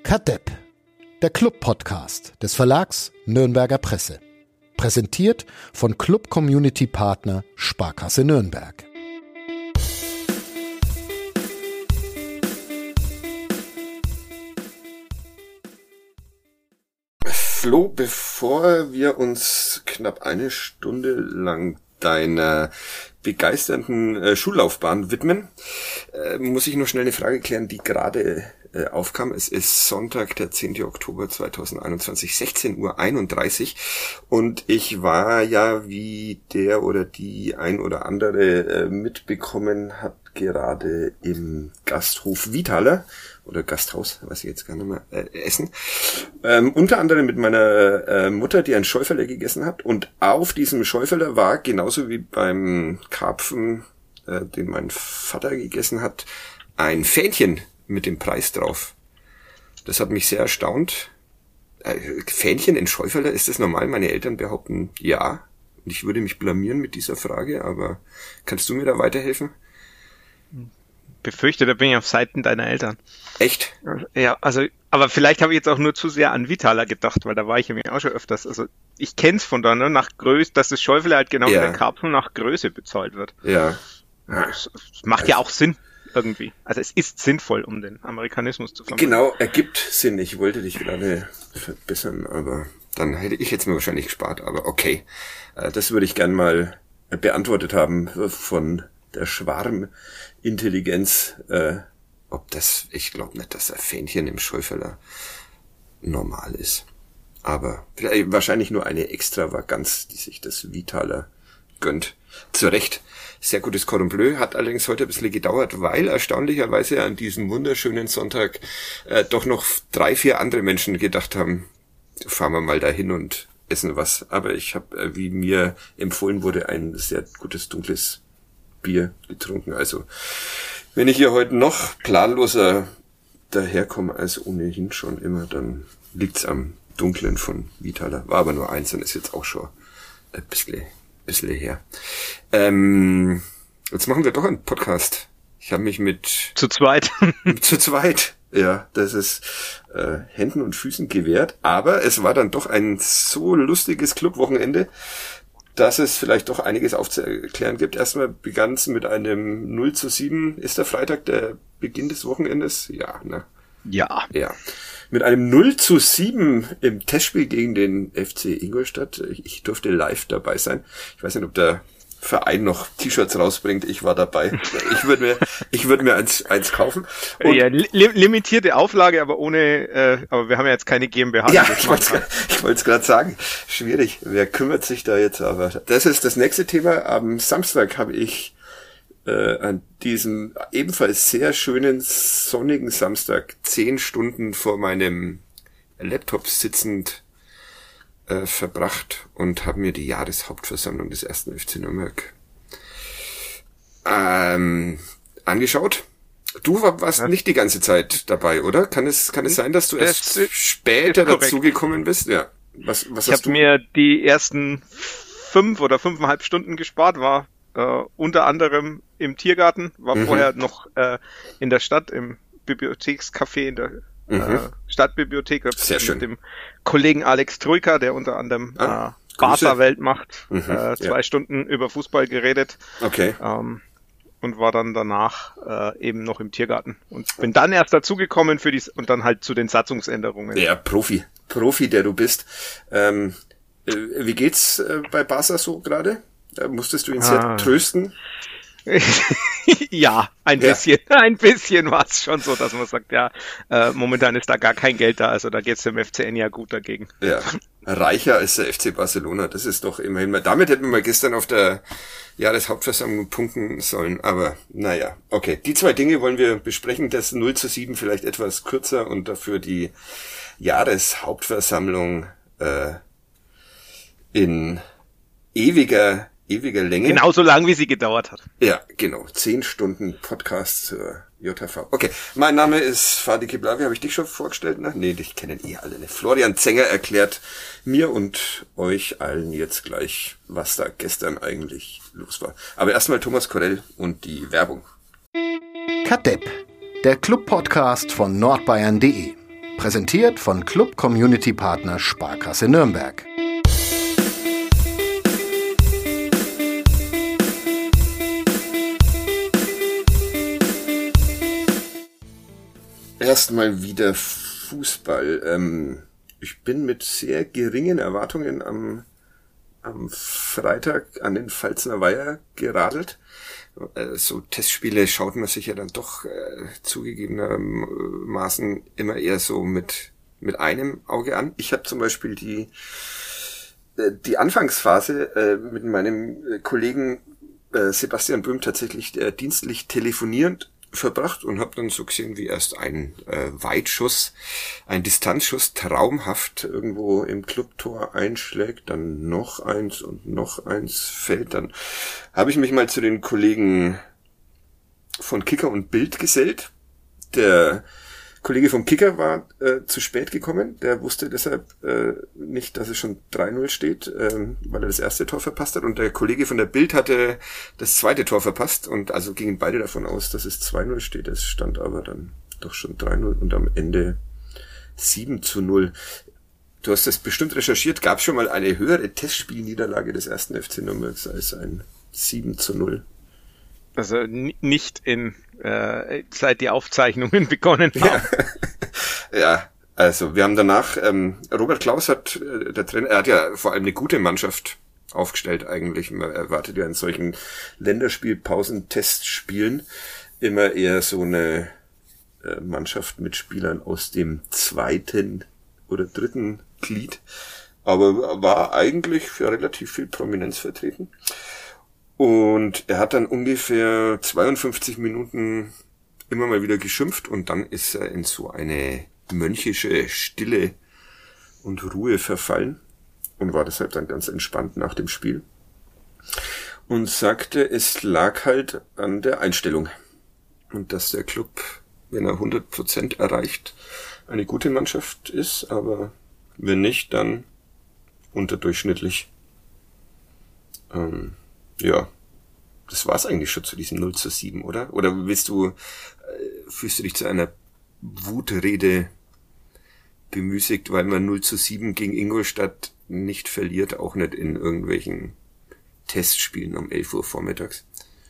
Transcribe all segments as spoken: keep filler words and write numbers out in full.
Kadepp, der Club-Podcast des Verlags Nürnberger Presse. Präsentiert von Club-Community-Partner Sparkasse Nürnberg. Flo, bevor wir uns knapp eine Stunde lang deiner begeisternden äh, Schullaufbahn widmen, äh, muss ich noch schnell eine Frage klären, die gerade äh, aufkam. Es ist Sonntag, der zehnten Oktober zweitausendeinundzwanzig, sechzehn Uhr einunddreißig, und ich war ja, wie der oder die ein oder andere äh, mitbekommen hat, gerade im Gasthof Withaler oder Gasthaus, weiß ich jetzt gar nicht mehr, äh, essen. Ähm, unter anderem mit meiner äh, Mutter, die ein Schäuferle gegessen hat. Und auf diesem Schäuferle war, genauso wie beim Karpfen, äh, den mein Vater gegessen hat, ein Fähnchen mit dem Preis drauf. Das hat mich sehr erstaunt. Äh, Fähnchen in Schäuferle, ist das normal? Meine Eltern behaupten ja. Und ich würde mich blamieren mit dieser Frage, aber kannst du mir da weiterhelfen? Befürchte, da bin ich auf Seiten deiner Eltern. Echt? Ja, also, aber vielleicht habe ich jetzt auch nur zu sehr an Withaler gedacht, weil da war ich ja mir auch schon öfters. Also ich kenn's von da, ne, nach Größe, dass das Schäufele halt genau Ja. wie der Karpfen nach Größe bezahlt wird. Ja. Das, das macht also ja auch Sinn irgendwie. Also es ist sinnvoll, um den Amerikanismus zu vermeiden. Genau, ergibt Sinn. Ich wollte dich gerade verbessern, aber dann hätte ich jetzt mir wahrscheinlich gespart. Aber okay, das würde ich gern mal beantwortet haben von der Schwarmintelligenz, äh, ob das, ich glaube nicht, dass ein Fähnchen im Schäuferler normal ist. Aber vielleicht, wahrscheinlich nur eine Extravaganz, die sich das Withaler gönnt. Zu Recht. Sehr gutes Cordon Bleu, hat allerdings heute ein bisschen gedauert, weil erstaunlicherweise an diesem wunderschönen Sonntag äh, doch noch drei, vier andere Menschen gedacht haben, fahren wir mal dahin und essen was. Aber ich habe, äh, wie mir empfohlen wurde, ein sehr gutes dunkles Bier getrunken. Also wenn ich hier heute noch planloser daherkomme als ohnehin schon immer, dann liegt's am Dunklen von Withaler. War aber nur eins und ist jetzt auch schon ein bisschen, bisschen her. Ähm, jetzt machen wir doch einen Podcast. Ich habe mich mit... Zu zweit. zu zweit. Ja, das ist äh, Händen und Füßen gewährt. Aber es war dann doch ein so lustiges Clubwochenende, dass es vielleicht doch einiges aufzuklären gibt. Erstmal begann es mit einem null zu sieben. Ist der Freitag der Beginn des Wochenendes? Ja, ne? Ja. Ja. Mit einem null zu sieben im Testspiel gegen den F C Ingolstadt. Ich durfte live dabei sein. Ich weiß nicht, ob der Verein noch T-Shirts rausbringt. Ich war dabei. Ich würde mir, ich würde mir eins, eins kaufen. Und ja, li- limitierte Auflage, aber ohne, äh, aber wir haben ja jetzt keine GmbH. Ja, ich wollte ich wollte es gerade sagen. Schwierig. Wer kümmert sich da jetzt? Aber das ist das nächste Thema. Am Samstag habe ich äh, an diesem ebenfalls sehr schönen sonnigen Samstag zehn Stunden vor meinem Laptop sitzend äh, verbracht und habe mir die Jahreshauptversammlung des ersten F C Nürnberg ähm, angeschaut. Du warst ja nicht die ganze Zeit dabei, oder? Kann es kann es sein, dass du erst Das später dazugekommen bist? Ja. Was was ich hast du? Ich habe mir die ersten fünf oder fünfeinhalb Stunden gespart, war äh, unter anderem im Tiergarten, war Mhm. vorher noch äh, in der Stadt im Bibliothekscafé in der Mhm. äh, Stadtbibliothek Sehr schön. mit dem Kollegen Alex Trujka, der unter anderem Ah, äh, Barca-Welt macht, Mhm, äh, zwei ja. Stunden über Fußball geredet. Okay. Ähm, und war dann danach äh, eben noch im Tiergarten und bin dann erst dazugekommen für die und dann halt zu den Satzungsänderungen. Ja, Profi. Profi, der du bist. Ähm, äh, wie geht's äh, bei Barca so gerade? Äh, musstest du ihn sehr Ah. trösten? Ja, ein Ja. bisschen, ein bisschen war es schon so, dass man sagt, ja, äh, momentan ist da gar kein Geld da, also da geht's dem F C N ja gut dagegen. Ja. Reicher als der F C Barcelona, das ist doch immerhin mal. Damit hätten wir mal gestern auf der Jahreshauptversammlung punkten sollen, aber naja, okay. Die zwei Dinge wollen wir besprechen, das null zu sieben vielleicht etwas kürzer und dafür die Jahreshauptversammlung äh, in ewiger ewiger Länge. Genauso lang, wie sie gedauert hat. Ja, genau. Zehn Stunden Podcast zur J H V. Okay, mein Name ist Fadi Kiblavi. Habe ich dich schon vorgestellt? Ne? Nee, dich kennen eh alle. Ne? Florian Zenger erklärt mir und euch allen jetzt gleich, was da gestern eigentlich los war. Aber erstmal Thomas Korell und die Werbung. Kadepp, der Club-Podcast von nordbayern punkt de. Präsentiert von Club Community Partner Sparkasse Nürnberg. Erstmal wieder Fußball. Ähm, ich bin mit sehr geringen Erwartungen am, am Freitag an den Pfalzner Weiher geradelt. Äh, so Testspiele schaut man sich ja dann doch äh, zugegebenermaßen immer eher so mit mit einem Auge an. Ich habe zum Beispiel die äh, die Anfangsphase äh, mit meinem Kollegen äh, Sebastian Böhm tatsächlich äh, dienstlich telefonierend verbracht und habe dann so gesehen, wie erst ein äh, Weitschuss, ein Distanzschuss traumhaft irgendwo im Clubtor einschlägt, dann noch eins und noch eins fällt. Dann habe ich mich mal zu den Kollegen von Kicker und Bild gesellt. Der Kollege vom Kicker war äh, zu spät gekommen. Der wusste deshalb äh, nicht, dass es schon drei null steht, ähm, weil er das erste Tor verpasst hat. Und der Kollege von der Bild hatte das zweite Tor verpasst. Und also gingen beide davon aus, dass es zwei null steht. Es stand aber dann doch schon drei null und am Ende sieben zu null. Du hast das bestimmt recherchiert. Gab es schon mal eine höhere Testspielniederlage des ersten F C Nürnbergs als ein sieben zu null? Also n- nicht in äh, seit die Aufzeichnungen begonnen haben. Ja, ja, also wir haben danach, ähm, Robert Klaus hat, äh, der Trainer, er hat ja vor allem eine gute Mannschaft aufgestellt eigentlich. Man erwartet ja in solchen Länderspielpausen, Testspielen immer eher so eine äh, Mannschaft mit Spielern aus dem zweiten oder dritten Glied. Aber war eigentlich für relativ viel Prominenz vertreten. Und er hat dann ungefähr zweiundfünfzig Minuten immer mal wieder geschimpft und dann ist er in so eine mönchische Stille und Ruhe verfallen und war deshalb dann ganz entspannt nach dem Spiel und sagte, es lag halt an der Einstellung und dass der Club, wenn er hundert Prozent erreicht, eine gute Mannschaft ist, aber wenn nicht, dann unterdurchschnittlich. Ähm, Ja, das war's eigentlich schon zu diesem null zu sieben, oder? Oder willst du, äh, fühlst du dich zu einer Wutrede bemüßigt, weil man null zu sieben gegen Ingolstadt nicht verliert, auch nicht in irgendwelchen Testspielen um elf Uhr vormittags?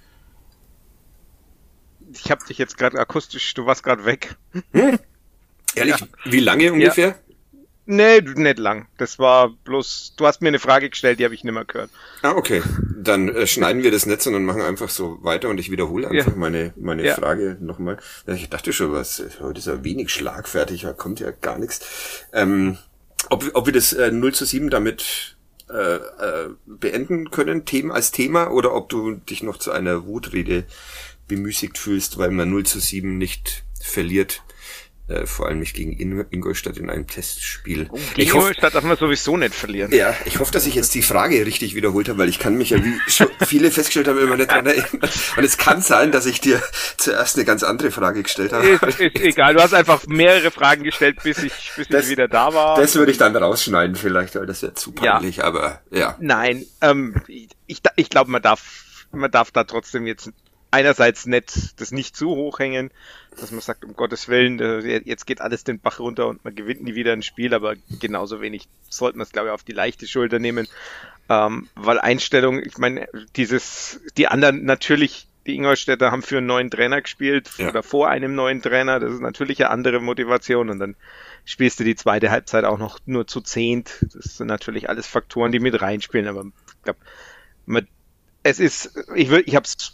Ich habe dich jetzt gerade akustisch, du warst gerade weg. Hm? Ehrlich, ja. Wie lange ungefähr? Ja. Nee, nicht lang. Das war bloß, du hast mir eine Frage gestellt, die habe ich nicht mehr gehört. Ah, okay. Dann äh, schneiden wir das nicht, sondern machen einfach so weiter und ich wiederhole einfach ja. meine meine ja. Frage nochmal. Ich dachte schon, was heute ist ja wenig schlagfertig, da kommt ja gar nichts. Ähm, ob, ob wir das äh, null zu sieben damit äh, äh, beenden können, Themen als Thema, oder ob du dich noch zu einer Wutrede bemüßigt fühlst, weil man null zu sieben nicht verliert. Äh, vor allem nicht gegen Ingolstadt in einem Testspiel. Oh, gegen Ingolstadt darf man sowieso nicht verlieren. Ja, ich hoffe, dass ich jetzt die Frage richtig wiederholt habe, weil ich kann mich ja, wie schon viele festgestellt haben, immer nicht dran erinnern. Und es kann sein, dass ich dir zuerst eine ganz andere Frage gestellt habe. Ist, ist egal, du hast einfach mehrere Fragen gestellt, bis ich, bis das, ich wieder da war. Das würde ich dann rausschneiden vielleicht, weil das wäre zu peinlich, ja. aber ja. Nein, ähm, ich, ich glaube, man darf, man darf da trotzdem jetzt einerseits nicht das nicht zu hoch hängen, dass man sagt, um Gottes Willen, jetzt geht alles den Bach runter und man gewinnt nie wieder ein Spiel, aber genauso wenig sollte man es, glaube ich, auf die leichte Schulter nehmen, ähm, weil Einstellung, ich meine, dieses, die anderen natürlich, die Ingolstädter haben für einen neuen Trainer gespielt, ja. oder vor einem neuen Trainer, das ist natürlich eine andere Motivation und dann spielst du die zweite Halbzeit auch noch nur zu zehnt, das sind natürlich alles Faktoren, die mit reinspielen, aber ich glaube, man, es ist, ich will, ich habe es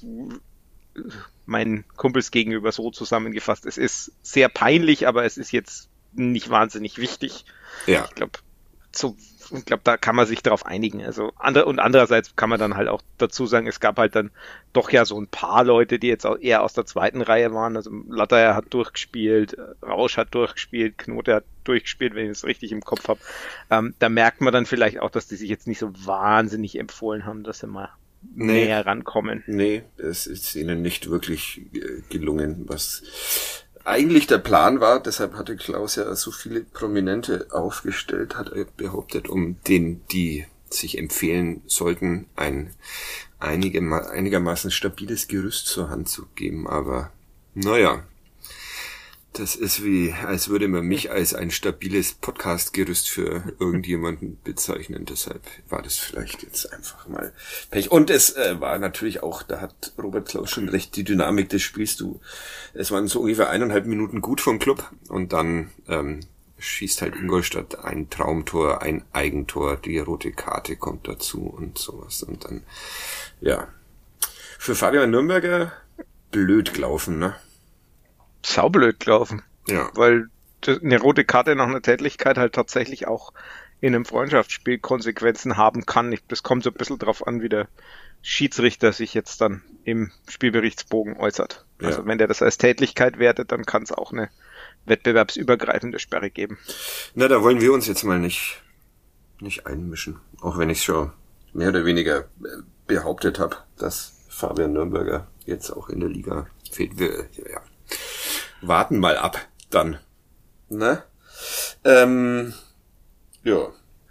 meinen Kumpels gegenüber so zusammengefasst. Es ist sehr peinlich, aber es ist jetzt nicht wahnsinnig wichtig. Ja. Ich glaube, so, ich glaube, da kann man sich darauf einigen. Also andere, und andererseits kann man dann halt auch dazu sagen, es gab halt dann doch ja so ein paar Leute, die jetzt auch eher aus der zweiten Reihe waren. Also Latter hat durchgespielt, Rausch hat durchgespielt, Knote hat durchgespielt, wenn ich es richtig im Kopf habe. Ähm, da merkt man dann vielleicht auch, dass die sich jetzt nicht so wahnsinnig empfohlen haben, dass sie mal Nee, näher rankommen. Nee, es ist ihnen nicht wirklich gelungen, was eigentlich der Plan war. Deshalb hatte Klaus ja so viele Prominente aufgestellt, hat er behauptet, um denen, die sich empfehlen sollten, ein einige, einigermaßen stabiles Gerüst zur Hand zu geben. Aber naja, Das ist wie, als würde man mich als ein stabiles Podcast-Gerüst für irgendjemanden bezeichnen. Deshalb war das vielleicht jetzt einfach mal Pech. Und es äh, war natürlich auch, da hat Robert Klaus schon recht, die Dynamik des Spiels. Du, es waren so ungefähr eineinhalb Minuten gut vom Club und dann ähm, schießt halt Ingolstadt ein Traumtor, ein Eigentor, die rote Karte kommt dazu und sowas. Und dann, ja, für Fabian Nürnberger blöd gelaufen, ne? Saublöd gelaufen. Ja. Weil eine rote Karte nach einer Tätlichkeit halt tatsächlich auch in einem Freundschaftsspiel Konsequenzen haben kann. Das kommt so ein bisschen drauf an, wie der Schiedsrichter sich jetzt dann im Spielberichtsbogen äußert. Ja. Also wenn der das als Tätlichkeit wertet, dann kann es auch eine wettbewerbsübergreifende Sperre geben. Na, da wollen wir uns jetzt mal nicht, nicht einmischen. Auch wenn ich es schon mehr oder weniger behauptet habe, dass Fabian Nürnberger jetzt auch in der Liga fehlt. Wir, ja. Warten mal ab, dann. Ne? Ähm, ja.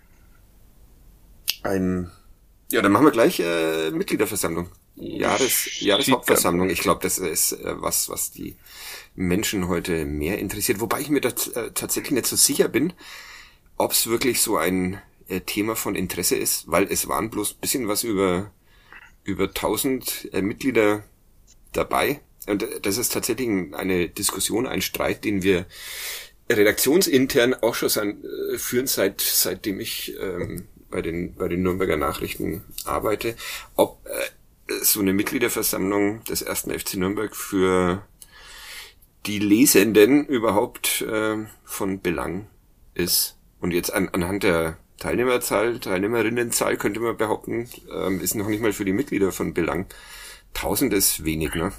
Ein, ja, dann machen wir gleich äh, Mitgliederversammlung. Jahres, Jahreshauptversammlung. Ich glaube, das ist äh, was, was die Menschen heute mehr interessiert. Wobei ich mir da äh, tatsächlich nicht so sicher bin, ob es wirklich so ein äh, Thema von Interesse ist, weil es waren bloß ein bisschen was über über tausend äh, Mitglieder dabei. Und das ist tatsächlich eine Diskussion, ein Streit, den wir redaktionsintern auch schon sein, äh, führen, seit seitdem ich ähm, bei den bei den Nürnberger Nachrichten arbeite, ob äh, so eine Mitgliederversammlung des ersten F C Nürnberg für die Lesenden überhaupt äh, von Belang ist. Und jetzt an, anhand der Teilnehmerzahl, Teilnehmerinnenzahl könnte man behaupten, ähm, ist noch nicht mal für die Mitglieder von Belang. Tausend ist wenig, ne?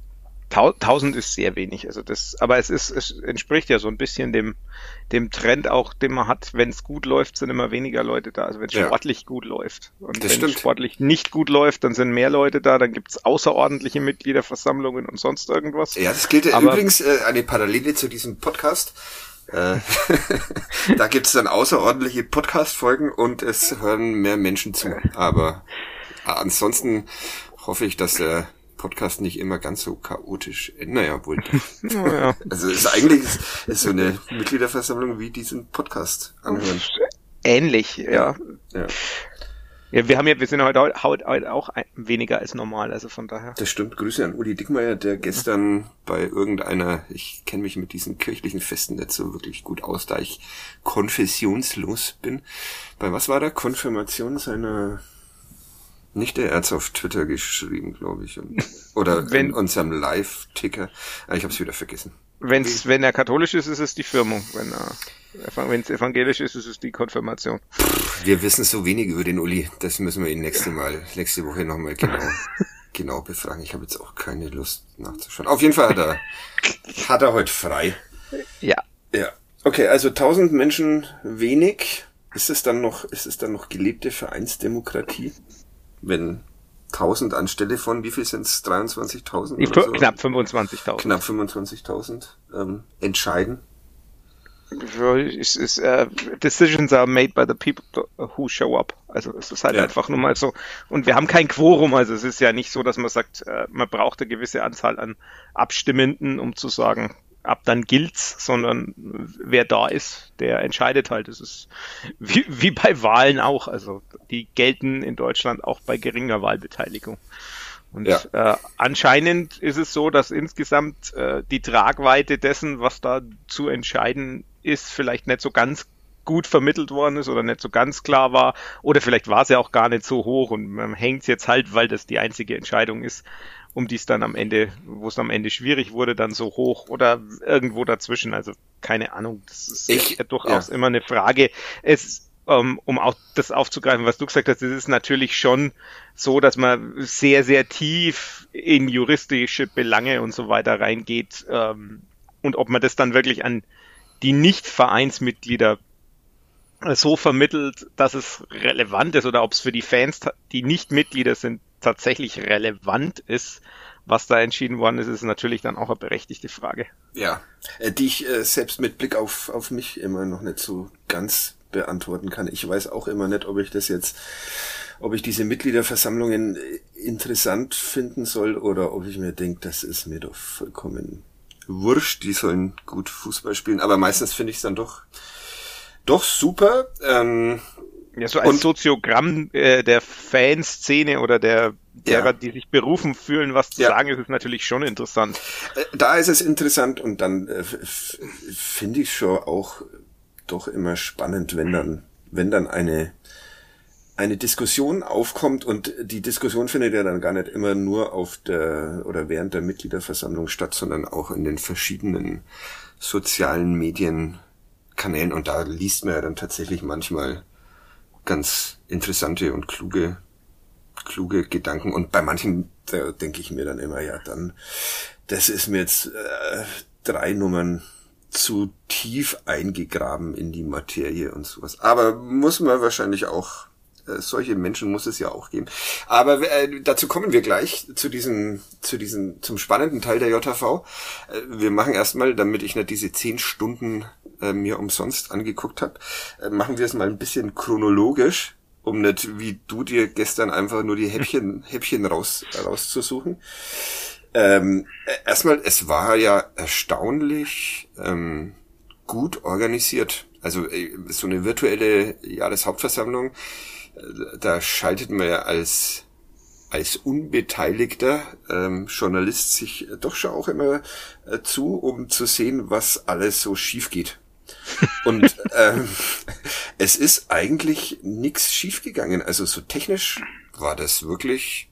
Tausend ist sehr wenig, also das, aber es ist, es entspricht ja so ein bisschen dem, dem Trend auch, den man hat, wenn es gut läuft, sind immer weniger Leute da, also wenn es ja. sportlich gut läuft. Und das wenn stimmt. es sportlich nicht gut läuft, dann sind mehr Leute da, dann gibt's außerordentliche Mitgliederversammlungen und sonst irgendwas. Ja, das gilt ja aber übrigens äh, eine Parallele zu diesem Podcast. Äh, da gibt's dann außerordentliche Podcast-Folgen und es hören mehr Menschen zu. Aber ansonsten hoffe ich, dass der Podcast nicht immer ganz so chaotisch, naja, wohl. Ja. Also es ist eigentlich ist so eine Mitgliederversammlung wie diesen Podcast anhören. Ähnlich, ja. Ja. Ja, wir haben ja, wir sind heute, heute auch ein, weniger als normal, also von daher. Das stimmt. Grüße an Uli Dickmeyer, der gestern bei irgendeiner, ich kenne mich mit diesen kirchlichen Festen nicht so wirklich gut aus, da ich konfessionslos bin. Bei was war da? Konfirmation seiner Nichte, er hat's auf Twitter geschrieben, glaube ich. Und, oder wenn, in unserem Live-Ticker. Ah, ich habe es wieder vergessen. Wenn's, wenn er katholisch ist, ist es die Firmung. Wenn er, wenn es evangelisch ist, ist es die Konfirmation. Wir wissen so wenig über den Uli. Das müssen wir ihn nächste Mal, nächste Woche nochmal genau, genau befragen. Ich habe jetzt auch keine Lust nachzuschauen. Auf jeden Fall hat er, hat er heute frei. Ja. Ja. Okay, also tausend Menschen wenig. Ist es dann noch, ist es dann noch gelebte Vereinsdemokratie? Wenn tausend anstelle von, wie viel sind's? dreiundzwanzigtausend? Oder so? Knapp fünfundzwanzigtausend. Knapp fünfundzwanzigtausend ähm, entscheiden. Es ist, uh, decisions are made by the people who show up. Also es ist halt ja. einfach nur mal so. Und wir haben kein Quorum, also es ist ja nicht so, dass man sagt, uh, man braucht eine gewisse Anzahl an Abstimmenden, um zu sagen, ab dann gilt's, sondern wer da ist, der entscheidet halt. Es ist wie, wie bei Wahlen auch. Also die gelten in Deutschland auch bei geringer Wahlbeteiligung. Und ja. äh, anscheinend ist es so, dass insgesamt äh, die Tragweite dessen, was da zu entscheiden ist, vielleicht nicht so ganz gut vermittelt worden ist oder nicht so ganz klar war. Oder vielleicht war es ja auch gar nicht so hoch und man hängt es jetzt halt, weil das die einzige Entscheidung ist, um die es dann am Ende, wo es am Ende schwierig wurde, dann so hoch oder irgendwo dazwischen. Also keine Ahnung, das ist ich, ja durchaus ja. immer eine Frage. Es, ähm, um auch das aufzugreifen, was du gesagt hast, es ist natürlich schon so, dass man sehr, sehr tief in juristische Belange und so weiter reingeht. Ähm, und ob man das dann wirklich an die Nicht-Vereinsmitglieder so vermittelt, dass es relevant ist oder ob es für die Fans, die nicht Mitglieder sind, tatsächlich relevant ist, was da entschieden worden ist, ist natürlich dann auch eine berechtigte Frage. Ja, die ich äh, selbst mit Blick auf auf mich immer noch nicht so ganz beantworten kann. Ich weiß auch immer nicht, ob ich das jetzt, ob ich diese Mitgliederversammlungen interessant finden soll oder ob ich mir denke, das ist mir doch vollkommen wurscht, die sollen gut Fußball spielen, aber meistens finde ich es dann doch, doch super. Ähm, ja, so als Soziogramm äh, der Fanszene oder der derer, ja. die sich berufen fühlen, was zu ja. sagen, ist es natürlich schon interessant. Da ist es interessant und dann äh, f- finde ich schon auch doch immer spannend, wenn dann, wenn dann eine eine Diskussion aufkommt und die Diskussion findet ja dann gar nicht immer nur auf der oder während der Mitgliederversammlung statt, sondern auch in den verschiedenen sozialen Medienkanälen und da liest man ja dann tatsächlich manchmal ganz interessante und kluge kluge Gedanken und bei manchen da denke ich mir dann immer, ja dann, das ist mir jetzt äh, drei Nummern zu tief eingegraben in die Materie und sowas. Aber muss man wahrscheinlich auch solche Menschen muss es ja auch geben. Aber äh, dazu kommen wir gleich zu diesem, zu diesem, zum spannenden Teil der J H V. Äh, wir machen erstmal, damit ich nicht diese zehn Stunden äh, mir umsonst angeguckt habe, äh, machen wir es mal ein bisschen chronologisch, um nicht wie du dir gestern einfach nur die Häppchen, Häppchen raus, rauszusuchen. Ähm, äh, erstmal, es war ja erstaunlich ähm, gut organisiert. Also äh, so eine virtuelle Jahreshauptversammlung, da schaltet man ja als als unbeteiligter ähm, Journalist sich doch schon auch immer äh, zu, um zu sehen, was alles so schief geht. Und ähm, es ist eigentlich nichts schief gegangen. Also so technisch war das wirklich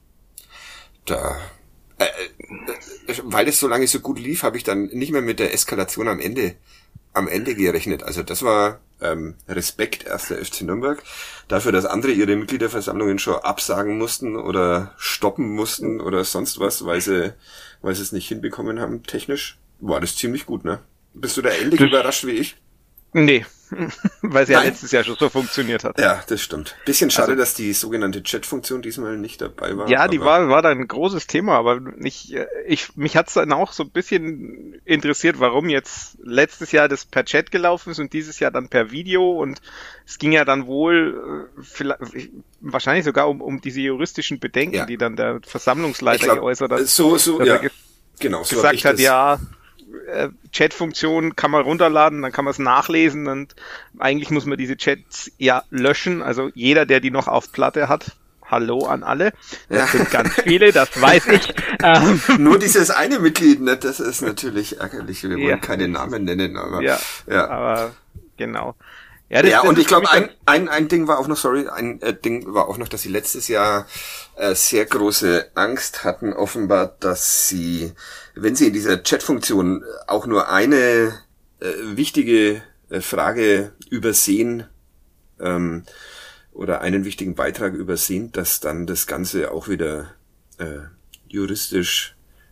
da. Äh, äh, weil es so lange so gut lief, habe ich dann nicht mehr mit der Eskalation am Ende am Ende gerechnet. Also das war ähm, Respekt, erster F C Nürnberg, dafür, dass andere ihre Mitgliederversammlungen schon absagen mussten oder stoppen mussten oder sonst was, weil sie, weil sie es nicht hinbekommen haben. Technisch war das ziemlich gut, ne? Bist du da ähnlich das überrascht wie ich? Nee, weil es ja letztes Jahr schon so funktioniert hat. Ja, das stimmt. Bisschen schade, also, dass die sogenannte Chat-Funktion diesmal nicht dabei war. Ja, die war war da ein großes Thema, aber nicht, ich mich hat's dann auch so ein bisschen interessiert, warum jetzt letztes Jahr das per Chat gelaufen ist und dieses Jahr dann per Video und es ging ja dann wohl vielleicht, wahrscheinlich sogar um um diese juristischen Bedenken, ja. die dann der Versammlungsleiter glaub, geäußert hat. So, so, ja. ge- genau, so gesagt hat, ja, Chat-Funktion kann man runterladen, dann kann man es nachlesen und eigentlich muss man diese Chats ja löschen. Also jeder, der die noch auf Platte hat, hallo an alle. Das ja. sind ganz viele, das weiß ich. Ähm, Nur dieses eine Mitglied, ne? Das ist natürlich ärgerlich. Wir wollen ja. keine Namen nennen, aber ja, ja. aber genau. Ja, das, ja das und ich glaube, ein, ein, ein Ding war auch noch, sorry, ein äh, Ding war auch noch, dass sie letztes Jahr äh, sehr große Angst hatten, offenbar, dass sie, wenn sie in dieser Chat-Funktion auch nur eine äh, wichtige äh, Frage übersehen ähm, oder einen wichtigen Beitrag übersehen, dass dann das Ganze auch wieder äh, juristisch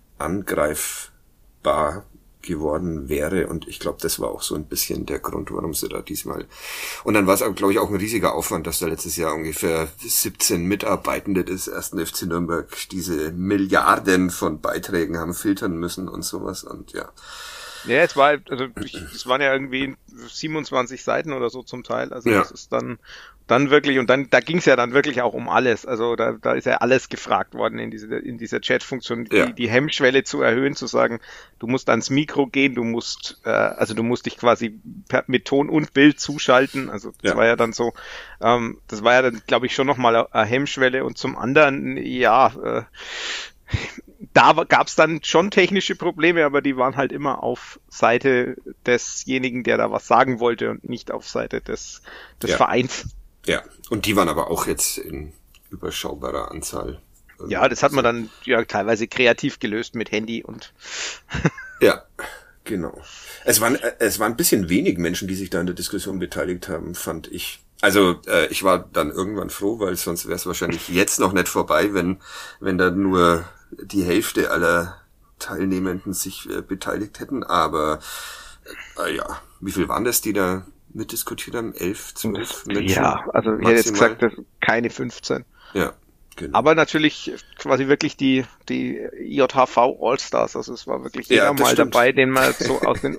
angreifbar geworden wäre und ich glaube, das war auch so ein bisschen der Grund, warum sie da diesmal und dann war es, glaube ich, auch ein riesiger Aufwand, dass da letztes Jahr ungefähr siebzehn Mitarbeitende des ersten F C Nürnberg diese Milliarden von Beiträgen haben filtern müssen und sowas und ja. Ja, es war, also ich, es waren ja irgendwie siebenundzwanzig Seiten oder so zum Teil, also ja. das ist dann dann wirklich, und dann, da ging es ja dann wirklich auch um alles, also da, da ist ja alles gefragt worden in diese, in dieser Chat-Funktion, die, ja. die Hemmschwelle zu erhöhen, zu sagen, du musst ans Mikro gehen, du musst, äh, also du musst dich quasi per, mit Ton und Bild zuschalten, also das ja. war ja dann so, ähm, das war ja dann, glaube ich, schon nochmal eine Hemmschwelle und zum anderen, ja, äh, da gab es dann schon technische Probleme, aber die waren halt immer auf Seite desjenigen, der da was sagen wollte und nicht auf Seite des, des ja. Vereins. Ja, und die waren aber auch jetzt in überschaubarer Anzahl. Ja, das hat man dann ja teilweise kreativ gelöst mit Handy und ja, genau. Es waren es waren ein bisschen wenig Menschen, die sich da in der Diskussion beteiligt haben, fand ich. Also äh, ich war dann irgendwann froh, weil sonst wäre es wahrscheinlich jetzt noch nicht vorbei, wenn wenn da nur die Hälfte aller Teilnehmenden sich äh, beteiligt hätten. Aber äh, ja, wie viel waren das, die da mitdiskutiert haben? Elf, zwölf Menschen? Ja, also ich hätte jetzt gesagt, das keine fünfzehn. Ja, genau. Aber natürlich quasi wirklich die die J H V All-Stars, also es war wirklich jeder ja, mal stimmt. dabei, den man so aus den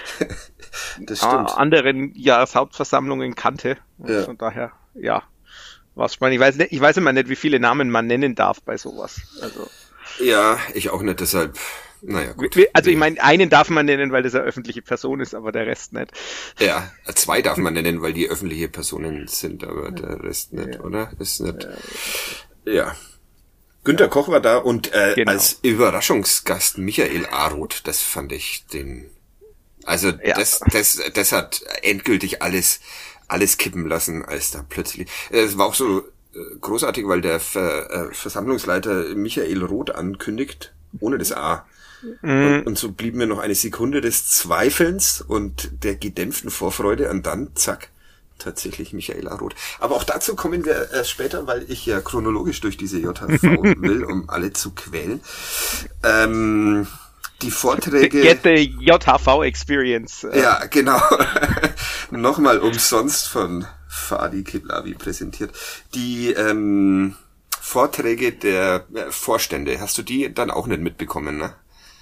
das äh, anderen Jahreshauptversammlungen kannte. Und ja. von daher, ja, war es spannend. Ich weiß nicht, ich weiß immer nicht, wie viele Namen man nennen darf bei sowas. Also ja, ich auch nicht, deshalb naja, gut. Also ich meine, einen darf man nennen, weil das eine öffentliche Person ist, aber der Rest nicht. Ja, zwei darf man nennen, weil die öffentliche Personen sind, aber der Rest nicht, ja. Oder? Ist nicht. Ja. ja. Günther Koch war da und äh, genau. als Überraschungsgast Michael Aroth, das fand ich den, also ja. das, das, das hat endgültig alles, alles kippen lassen, als da plötzlich, es war auch so äh, großartig, weil der Ver, äh, Versammlungsleiter Michael Roth ankündigt, ohne das A. Mhm. Und, und so blieb mir noch eine Sekunde des Zweifelns und der gedämpften Vorfreude und dann, zack, tatsächlich Michael Aroth. Aber auch dazu kommen wir erst später, weil ich ja chronologisch durch diese J H V will, um alle zu quälen. Ähm, die Vorträge... Get the J H V Experience. Ja, genau. Nochmal umsonst von Fadi Kiblavi präsentiert. Die ähm, Vorträge der äh, Vorstände, hast du die dann auch nicht mitbekommen, ne?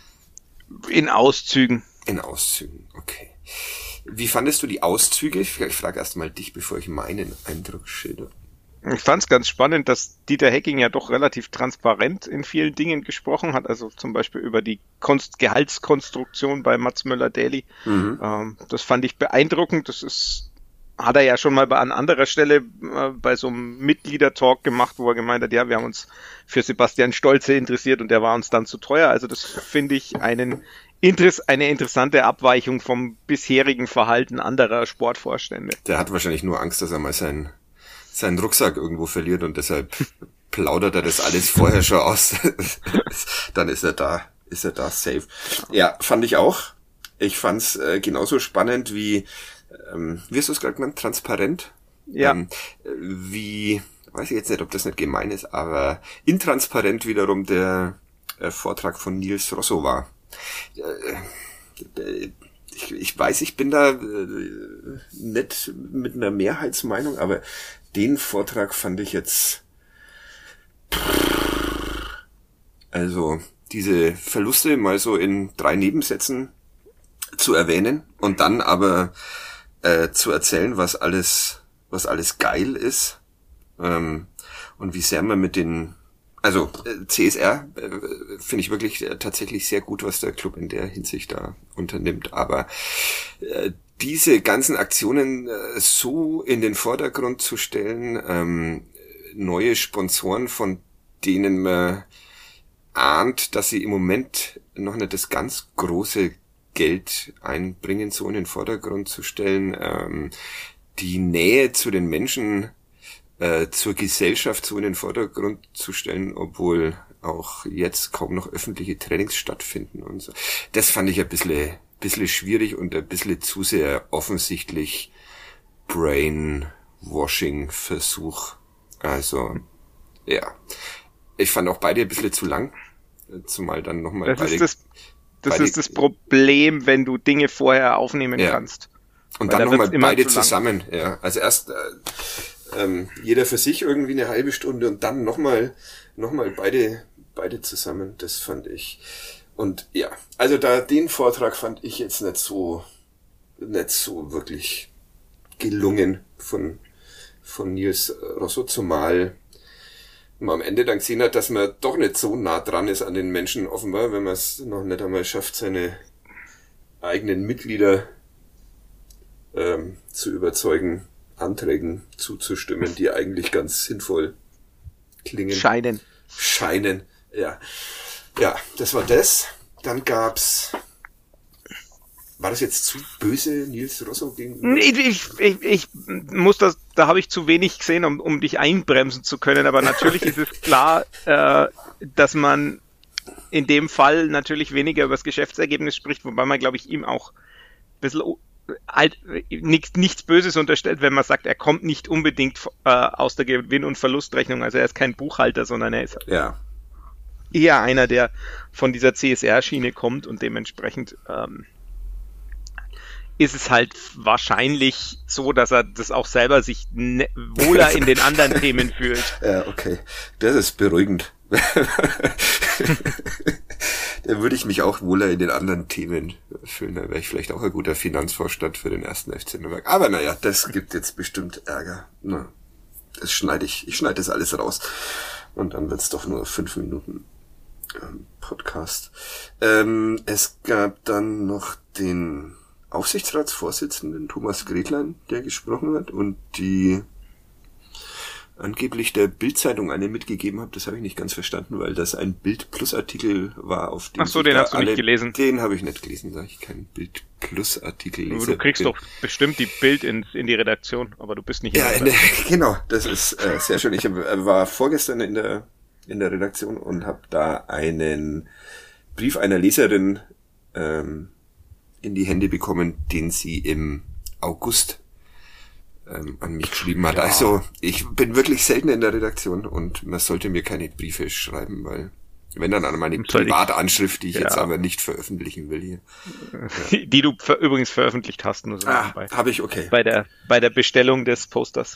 In Auszügen. In Auszügen, okay. Wie fandest du die Auszüge? Ich frage erst mal dich, bevor ich meinen Eindruck schilder. Ich fand es ganz spannend, dass Dieter Hecking ja doch relativ transparent in vielen Dingen gesprochen hat, also zum Beispiel über die Konst- Gehaltskonstruktion bei Mats Möller-Daly. Mhm. Ähm, das fand ich beeindruckend. Das ist, hat er ja schon mal bei, an anderer Stelle äh, bei so einem Mitgliedertalk gemacht, wo er gemeint hat, ja, wir haben uns für Sebastian Stolze interessiert und der war uns dann zu teuer. Also das finde ich einen Interess- eine interessante Abweichung vom bisherigen Verhalten anderer Sportvorstände. Der hat wahrscheinlich nur Angst, dass er mal seinen, seinen Rucksack irgendwo verliert und deshalb plaudert er das alles vorher schon aus. Dann ist er da, ist er da safe. Ja, fand ich auch. Ich fand's äh, genauso spannend wie, ähm, wie hast du es gerade genannt? Transparent? Ja. Ähm, wie, weiß ich jetzt nicht, ob das nicht gemein ist, aber intransparent wiederum der äh, Vortrag von Nils Rosso war. Ich, ich weiß, ich bin da äh, nicht mit einer Mehrheitsmeinung, aber den Vortrag fand ich jetzt, also diese Verluste mal so in drei Nebensätzen zu erwähnen und dann aber äh, zu erzählen, was alles, was alles geil ist, ähm, und wie sehr man mit den Also äh, C S R äh, finde ich wirklich äh, tatsächlich sehr gut, was der Club in der Hinsicht da unternimmt. Aber äh, diese ganzen Aktionen äh, so in den Vordergrund zu stellen, ähm, neue Sponsoren, von denen man ahnt, dass sie im Moment noch nicht das ganz große Geld einbringen, so in den Vordergrund zu stellen, ähm, die Nähe zu den Menschen, zur Gesellschaft so in den Vordergrund zu stellen, obwohl auch jetzt kaum noch öffentliche Trainings stattfinden und so. Das fand ich ein bisschen, bisschen schwierig und ein bisschen zu sehr offensichtlich Brainwashing-Versuch. Also, ja. Ich fand auch beide ein bisschen zu lang, zumal dann nochmal beide... Ist das, das beide, ist das Problem, wenn du Dinge vorher aufnehmen ja. kannst. Und Weil dann nochmal beide zusammen, ja. Also erst... Äh, Ähm, jeder für sich irgendwie eine halbe Stunde und dann nochmal noch mal beide beide zusammen, das fand ich. Und ja, also da den Vortrag fand ich jetzt nicht so nicht so wirklich gelungen von von Nils Rosso, zumal man am Ende dann gesehen hat, dass man doch nicht so nah dran ist an den Menschen offenbar, wenn man es noch nicht einmal schafft, seine eigenen Mitglieder ähm, zu überzeugen, Anträgen zuzustimmen, die eigentlich ganz sinnvoll klingen. Scheinen. Scheinen, ja. Ja, das war das. Dann gab's... War das jetzt zu böse Nils Rosso gegenüber? Ich, ich, ich, ich muss das, da habe ich zu wenig gesehen, um, um dich einbremsen zu können, aber natürlich ist es klar, äh, dass man in dem Fall natürlich weniger über das Geschäftsergebnis spricht, wobei man, glaube ich, ihm auch ein bisschen Halt, nichts, nichts Böses unterstellt, wenn man sagt, er kommt nicht unbedingt äh, aus der Gewinn- und Verlustrechnung, also er ist kein Buchhalter, sondern er ist ja. eher einer, der von dieser C S R-Schiene kommt und dementsprechend ähm, ist es halt wahrscheinlich so, dass er das auch selber sich ne- wohler in den anderen Themen fühlt. Ja, okay. Das ist beruhigend. Da würde ich mich auch wohler in den anderen Themen fühlen. Da wäre ich vielleicht auch ein guter Finanzvorstand für den ersten F C Nürnberg. Aber naja, das gibt jetzt bestimmt Ärger. Na, das schneide ich. Ich schneide das alles raus. Und dann wird's doch nur fünf Minuten. Podcast. Ähm, es gab dann noch den Aufsichtsratsvorsitzenden Thomas Gretlein, der gesprochen hat und die angeblich der Bild-Zeitung eine mitgegeben hat. Das habe ich nicht ganz verstanden, weil das ein Bild-Plus-Artikel war, auf dem Ach so, den hast du nicht gelesen. Den habe ich nicht gelesen, da ich keinen Bild-Plus-Artikel lese. Du kriegst bin. doch bestimmt die Bild in, in die Redaktion, aber du bist nicht in Ja, ne, genau, das ist äh, sehr schön. Ich hab, war vorgestern in der in der Redaktion und habe da einen Brief einer Leserin ähm, in die Hände bekommen, den sie im August ähm, an mich geschrieben hat. Ja. Also ich bin wirklich selten in der Redaktion und man sollte mir keine Briefe schreiben, weil wenn dann an meine Privatanschrift, die ich ja. jetzt aber nicht veröffentlichen will hier. Ja. Die du ver- übrigens veröffentlicht hast. Nur so ah, habe ich, okay. Bei der, bei der Bestellung des Posters.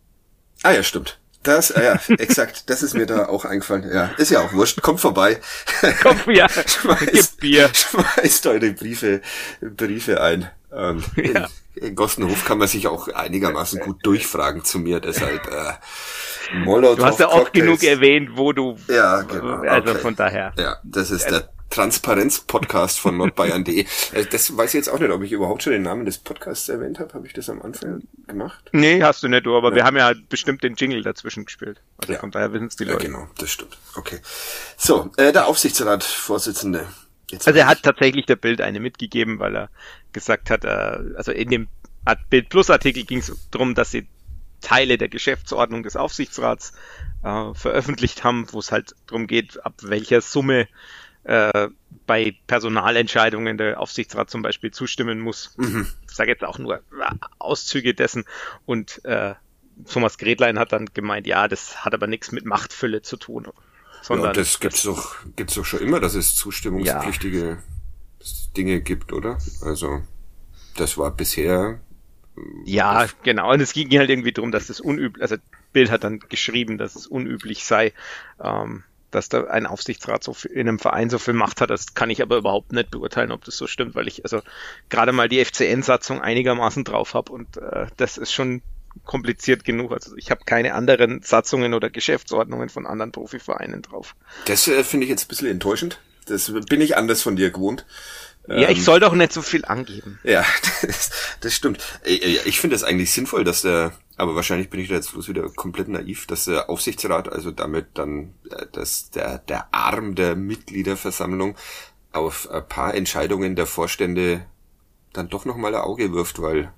Ah ja, stimmt. Das, äh, ja, exakt, das ist mir da auch eingefallen. Ja, ist ja auch wurscht, kommt vorbei. Komm, ja, schmeißt, gib Bier. Schmeißt eure Briefe, Briefe ein. Ähm, ja. in, in Gostenhof kann man sich auch einigermaßen gut durchfragen zu mir, deshalb, äh, Molotow Du hast ja oft genug erwähnt, wo du, ja, genau. Also okay. von daher. Ja, das ist der Transparenz-Podcast von nordbayern punkt de. Das weiß ich jetzt auch nicht, ob ich überhaupt schon den Namen des Podcasts erwähnt habe. Habe ich das am Anfang gemacht? Nee, hast du nicht, aber ja. wir haben ja bestimmt den Jingle dazwischen gespielt. Also ja. von daher wissen es die Leute. Ja, genau, das stimmt. Okay. So, äh, der Aufsichtsratsvorsitzende. Jetzt also er hat tatsächlich der Bild eine mitgegeben, weil er gesagt hat, äh, also in dem Bild Plus Artikel ging es darum, dass sie Teile der Geschäftsordnung des Aufsichtsrats äh, veröffentlicht haben, wo es halt darum geht, ab welcher Summe äh, bei Personalentscheidungen der Aufsichtsrat zum Beispiel zustimmen muss. Mhm. Ich sage jetzt auch nur Auszüge dessen. Und äh, Thomas Gretlein hat dann gemeint, ja, das hat aber nichts mit Machtfülle zu tun. Sondern ja, das gibt's doch, gibt's doch schon immer, dass es zustimmungspflichtige ja. Dinge gibt, oder? Also das war bisher. Ja, genau. Und es ging halt irgendwie darum, dass das unüblich, also Bild hat dann geschrieben, dass es unüblich sei, ähm, dass da ein Aufsichtsrat so viel, in einem Verein so viel Macht hat. Das kann ich aber überhaupt nicht beurteilen, ob das so stimmt, weil ich also gerade mal die F C N-Satzung einigermaßen drauf habe und äh, das ist schon kompliziert genug. Also ich habe keine anderen Satzungen oder Geschäftsordnungen von anderen Profivereinen drauf. Das äh, finde ich jetzt ein bisschen enttäuschend. Das bin ich anders von dir gewohnt. Ja, ich soll doch nicht so viel angeben. Ja, das, das stimmt. Ich finde es eigentlich sinnvoll, dass der, aber wahrscheinlich bin ich da jetzt bloß wieder komplett naiv, dass der Aufsichtsrat, also damit dann dass der, der Arm der Mitgliederversammlung auf ein paar Entscheidungen der Vorstände dann doch nochmal ein Auge wirft, weil...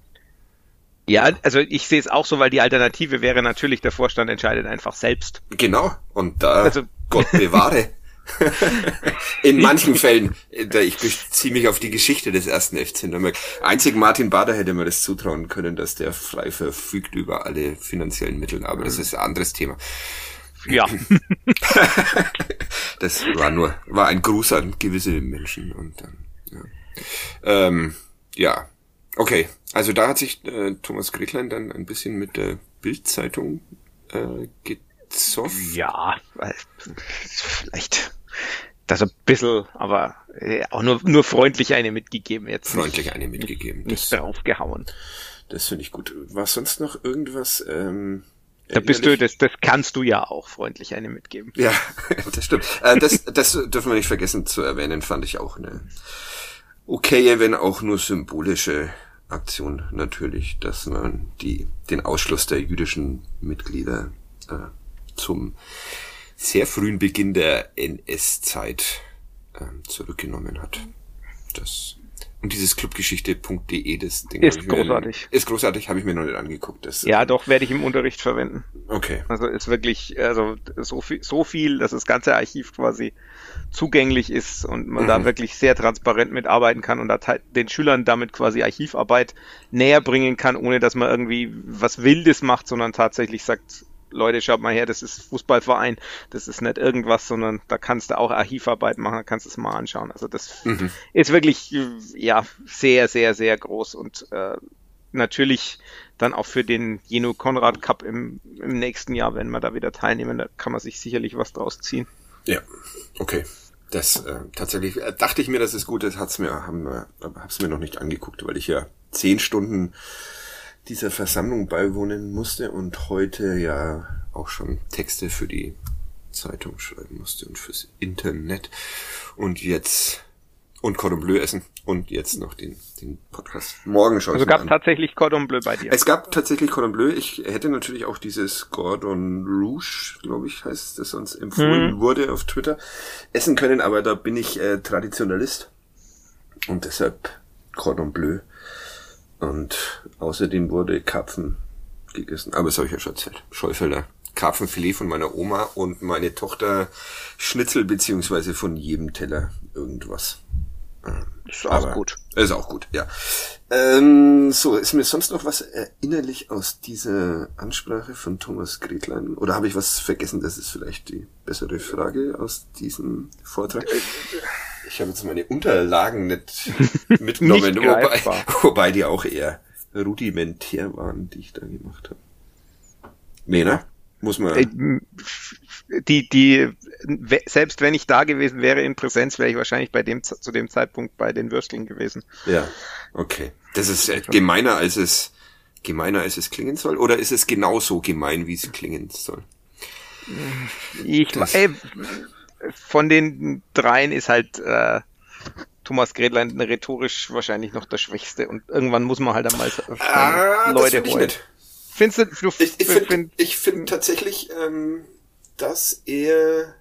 Ja, also ich sehe es auch so, weil die Alternative wäre natürlich, der Vorstand entscheidet einfach selbst. Genau, und da, also, Gott bewahre... In manchen Fällen, ich beziehe mich auf die Geschichte des ersten F C Nürnberg. Einzig Martin Bader hätte mir das zutrauen können, dass der frei verfügt über alle finanziellen Mittel, aber das ist ein anderes Thema. Ja. Das war nur, war ein Gruß an gewisse Menschen und dann, ja. Ähm, ja, okay. Also da hat sich äh, Thomas Gretlein dann ein bisschen mit der Bild-Zeitung äh, getroffen. Ja, vielleicht das ein bisschen, aber auch nur nur freundlich eine mitgegeben jetzt. Freundlich nicht, eine mitgegeben. Nicht draufgehauen. Das finde ich gut. War sonst noch irgendwas? Ähm, da bist du, das, das kannst du ja auch freundlich eine mitgeben. Ja, das stimmt. Äh, das, das dürfen wir nicht vergessen zu erwähnen, fand ich auch eine okaye, wenn auch nur symbolische Aktion natürlich, dass man die den Ausschluss der jüdischen Mitglieder äh, zum sehr frühen Beginn der N S-Zeit ähm, zurückgenommen hat. Das und dieses clubgeschichte punkt de, das Ding ist großartig. Mir, ist großartig, habe ich mir noch nicht angeguckt. Das, ja, doch, werde ich im Unterricht verwenden. Okay. Also ist wirklich, also so viel, so viel, dass das ganze Archiv quasi zugänglich ist und man mhm. da wirklich sehr transparent mitarbeiten kann und da den Schülern damit quasi Archivarbeit näher bringen kann, ohne dass man irgendwie was Wildes macht, sondern tatsächlich sagt, Leute, schaut mal her, das ist Fußballverein, das ist nicht irgendwas, sondern da kannst du auch Archivarbeit machen, da kannst du es mal anschauen. Also das mhm. ist wirklich, ja, sehr, sehr, sehr groß und äh, natürlich dann auch für den Jeno Konrad Cup im, im nächsten Jahr, wenn wir da wieder teilnehmen, da kann man sich sicherlich was draus ziehen. Ja, okay. Das äh, tatsächlich äh, dachte ich mir, dass es gut ist, hat's mir, haben, äh, hab's mir noch nicht angeguckt, weil ich ja zehn Stunden dieser Versammlung beiwohnen musste und heute ja auch schon Texte für die Zeitung schreiben musste und fürs Internet. Und jetzt und Cordon Bleu essen und jetzt noch den, den Podcast. Morgen schaue ich Also mir gab an. tatsächlich Cordon Bleu bei dir? Es gab tatsächlich Cordon Bleu. Ich hätte natürlich auch dieses Cordon Rouge, glaube ich, heißt das, uns empfohlen hm. wurde auf Twitter, essen können, aber da bin ich äh, Traditionalist und deshalb Cordon Bleu. Und außerdem wurde Karpfen gegessen. Aber das habe ich ja schon erzählt. Schäufelder. Karpfenfilet von meiner Oma und meine Tochter Schnitzel beziehungsweise von jedem Teller irgendwas. Ist auch Aber gut. Ist auch gut, ja. Ähm, so, ist mir sonst noch was erinnerlich aus dieser Ansprache von Thomas Gretlein? Oder habe ich was vergessen? Das ist vielleicht die bessere Frage aus diesem Vortrag. Ich habe jetzt meine Unterlagen nicht mitgenommen, nicht wobei, wobei die auch eher rudimentär waren, die ich da gemacht habe. Nee, ne? Muss man... Die, die, selbst wenn ich da gewesen wäre in Präsenz, wäre ich wahrscheinlich bei dem, zu dem Zeitpunkt bei den Würstlingen gewesen. Ja, okay. Das ist gemeiner, als es, gemeiner, als es klingen soll? Oder ist es genauso gemein, wie es klingen soll? Ich, ey, von den dreien ist halt, äh, Thomas Gretlein rhetorisch wahrscheinlich noch der Schwächste und irgendwann muss man halt einmal ah, Leute das holen. Findest du, du ich, ich finde find, ich find tatsächlich, ähm, dass er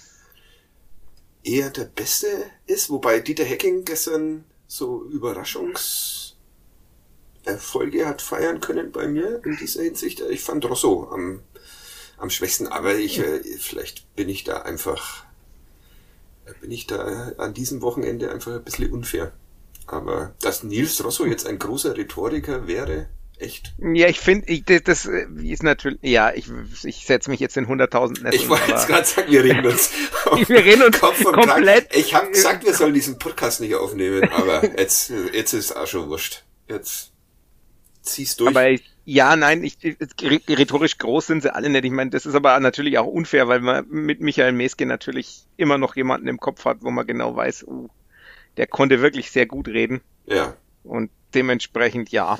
eher der Beste ist, wobei Dieter Hecking gestern so Überraschungserfolge hat feiern können bei mir in dieser Hinsicht. Ich fand Rosso am, am schwächsten, aber ich, äh, vielleicht bin ich da einfach, bin ich da an diesem Wochenende einfach ein bisschen unfair. Aber dass Nils Rosso jetzt ein großer Rhetoriker wäre, echt? Ja, ich finde, ich, das, das ist natürlich, ja, ich, ich setze mich jetzt in hunderttausend Nesseln. Ich wollte jetzt gerade sagen, wir reden uns wir reden uns Kopf und komplett. Kragen. Ich habe gesagt, wir sollen diesen Podcast nicht aufnehmen, aber jetzt, jetzt ist es auch schon wurscht. Jetzt zieh's durch. Aber ich, ja, nein, ich, rhetorisch groß sind sie alle nicht. Ich meine, das ist aber natürlich auch unfair, weil man mit Michael Meske natürlich immer noch jemanden im Kopf hat, wo man genau weiß, uh, der konnte wirklich sehr gut reden. Ja. Und dementsprechend, ja,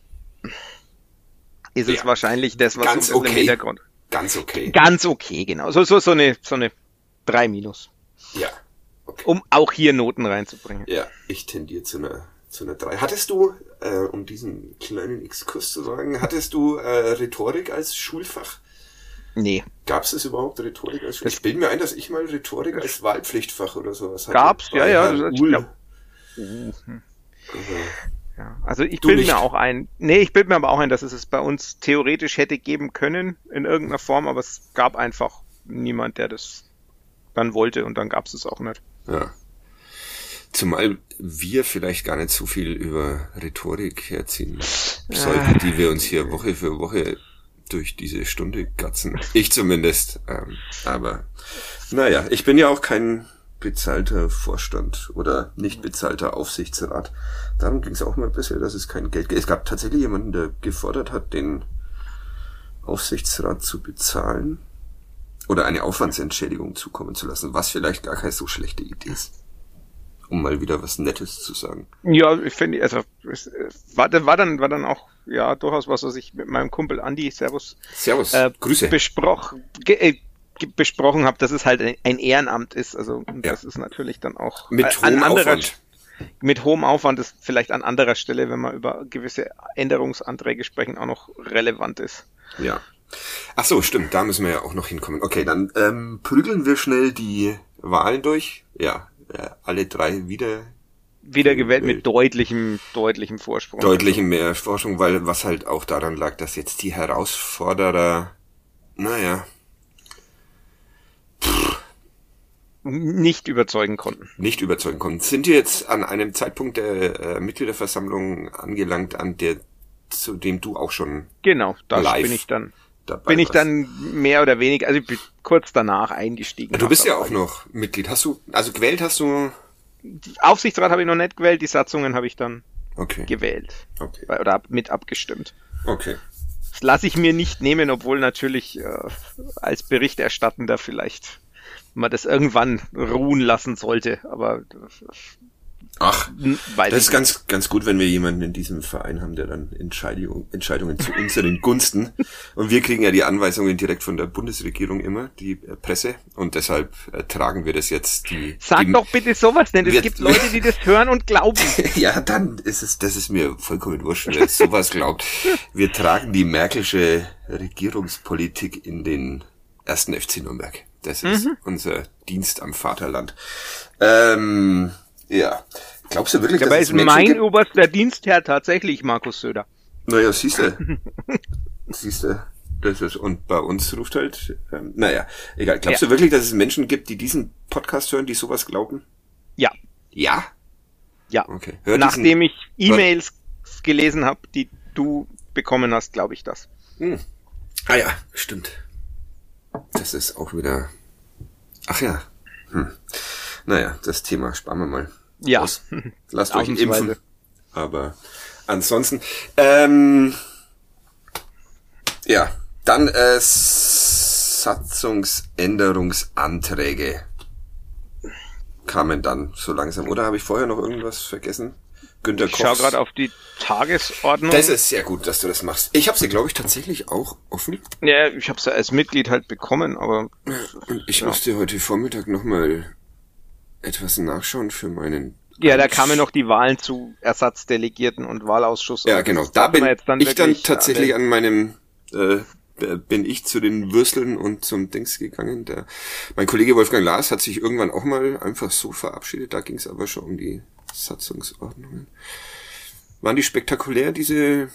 ist es ja. wahrscheinlich das, was Ganz so ein bisschen okay. im Hintergrund. Ganz okay. Ganz okay, genau. So, so, so eine, so eine drei minus. Ja. Okay. Um auch hier Noten reinzubringen. Ja, ich tendiere zu einer, zu einer drei. Hattest du, äh, um diesen kleinen Exkurs zu sagen, hattest du äh, Rhetorik als Schulfach? Nee. Gab's es überhaupt, Rhetorik als Schulfach? Ich bilde mir ein, dass ich mal Rhetorik als Wahlpflichtfach oder sowas hatte. Gab's, ja, ja. Das, ich glaub, uh. Ja, also ich bilde mir auch ein, nee, ich bilde mir aber auch ein, dass es es bei uns theoretisch hätte geben können in irgendeiner Form, aber es gab einfach niemand, der das dann wollte und dann gab es es auch nicht. Ja. Zumal wir vielleicht gar nicht so viel über Rhetorik herziehen sollten, die wir uns hier Woche für Woche durch diese Stunde gatzen. Ich zumindest. Ähm, aber naja, ich bin ja auch kein bezahlter Vorstand oder nicht bezahlter Aufsichtsrat. Darum ging es auch mal ein bisschen, dass es kein Geld gibt. Es gab tatsächlich jemanden, der gefordert hat, den Aufsichtsrat zu bezahlen oder eine Aufwandsentschädigung zukommen zu lassen, was vielleicht gar keine so schlechte Idee ist. Um mal wieder was Nettes zu sagen. Ja, ich finde, also es war, war dann war dann auch ja durchaus was, was ich mit meinem Kumpel Andi, Servus, Servus, äh, Grüße, besprochen äh, besprochen habe, dass es halt ein Ehrenamt ist. Also ja. Das ist natürlich dann auch mit äh, hohem anderer, Aufwand. Mit hohem Aufwand ist vielleicht an anderer Stelle, wenn wir über gewisse Änderungsanträge sprechen, auch noch relevant ist. Ja. Ach so, stimmt, da müssen wir ja auch noch hinkommen. Okay, dann ähm, prügeln wir schnell die Wahlen durch. Ja, äh, alle drei wieder wiedergewählt mit deutlichem, deutlichem Vorsprung. Deutlichem mehr Vorsprung, weil was halt auch daran lag, dass jetzt die Herausforderer, naja, nicht überzeugen konnten. Nicht überzeugen konnten. Sind wir jetzt an einem Zeitpunkt der äh, Mitgliederversammlung angelangt, an der, zu dem du auch schon genau, da live bin ich dann dabei bin ich warst. dann mehr oder weniger, also ich bin kurz danach eingestiegen. Du bist ja auch noch Mitglied. Hast du, also gewählt hast du? Aufsichtsrat habe ich noch nicht gewählt, die Satzungen habe ich dann okay. gewählt. Okay. Oder mit abgestimmt. Okay. Das lasse ich mir nicht nehmen, obwohl natürlich äh, als Berichterstattender vielleicht man das irgendwann ruhen lassen sollte. Aber Ach, Weiß das ist ich ganz, ganz gut, wenn wir jemanden in diesem Verein haben, der dann Entscheidung, Entscheidungen zu unseren Gunsten. Und wir kriegen ja die Anweisungen direkt von der Bundesregierung immer, die äh, Presse. Und deshalb äh, tragen wir das jetzt. Die, Sag die, doch bitte sowas, denn es wir, gibt Leute, die das hören und glauben. Ja, dann ist es, das ist mir vollkommen wurscht, wer sowas glaubt. Wir tragen die Märkische Regierungspolitik in den ersten F C Nürnberg. Das ist mhm. unser Dienst am Vaterland. Ähm, ja. Glaubst du wirklich, Dabei dass es ist Menschen mein gibt? oberster Dienstherr tatsächlich Markus Söder. Naja, siehste. siehste. Das ist, und bei uns ruft halt, ähm, naja, egal. Glaubst Ja. du wirklich, dass es Menschen gibt, die diesen Podcast hören, die sowas glauben? Ja, Ja? ja. Okay. Hör Nachdem diesen, ich E-Mails gelesen habe, die du bekommen hast, glaube ich das. Hm. Ah ja, stimmt. Das ist auch wieder, ach ja. Hm. Naja, das Thema sparen wir mal. Ja. Aus. Lasst euch impfen. Ausnahmsweise. Aber ansonsten, ähm, ja, dann äh, Satzungsänderungsanträge kamen dann so langsam. Oder habe ich vorher noch irgendwas vergessen? Günter Ich schaue Kochs. gerade auf die Tagesordnung. Das ist sehr gut, dass du das machst. Ich habe sie, glaube ich, tatsächlich auch offen. Ja, ich habe es ja als Mitglied halt bekommen, aber Und ich Ja. musste heute Vormittag nochmal etwas nachschauen für meinen... ja, da kamen noch die Wahlen zu Ersatzdelegierten und Wahlausschuss. Ja, Und genau. das Da darf bin man jetzt dann ich dann wirklich tatsächlich alle- an meinem... Äh, bin ich zu den Würsteln und zum Dings gegangen. Der, mein Kollege Wolfgang Lars hat sich irgendwann auch mal einfach so verabschiedet. Da ging es aber schon um die Satzungsordnungen. Waren die spektakulär, diese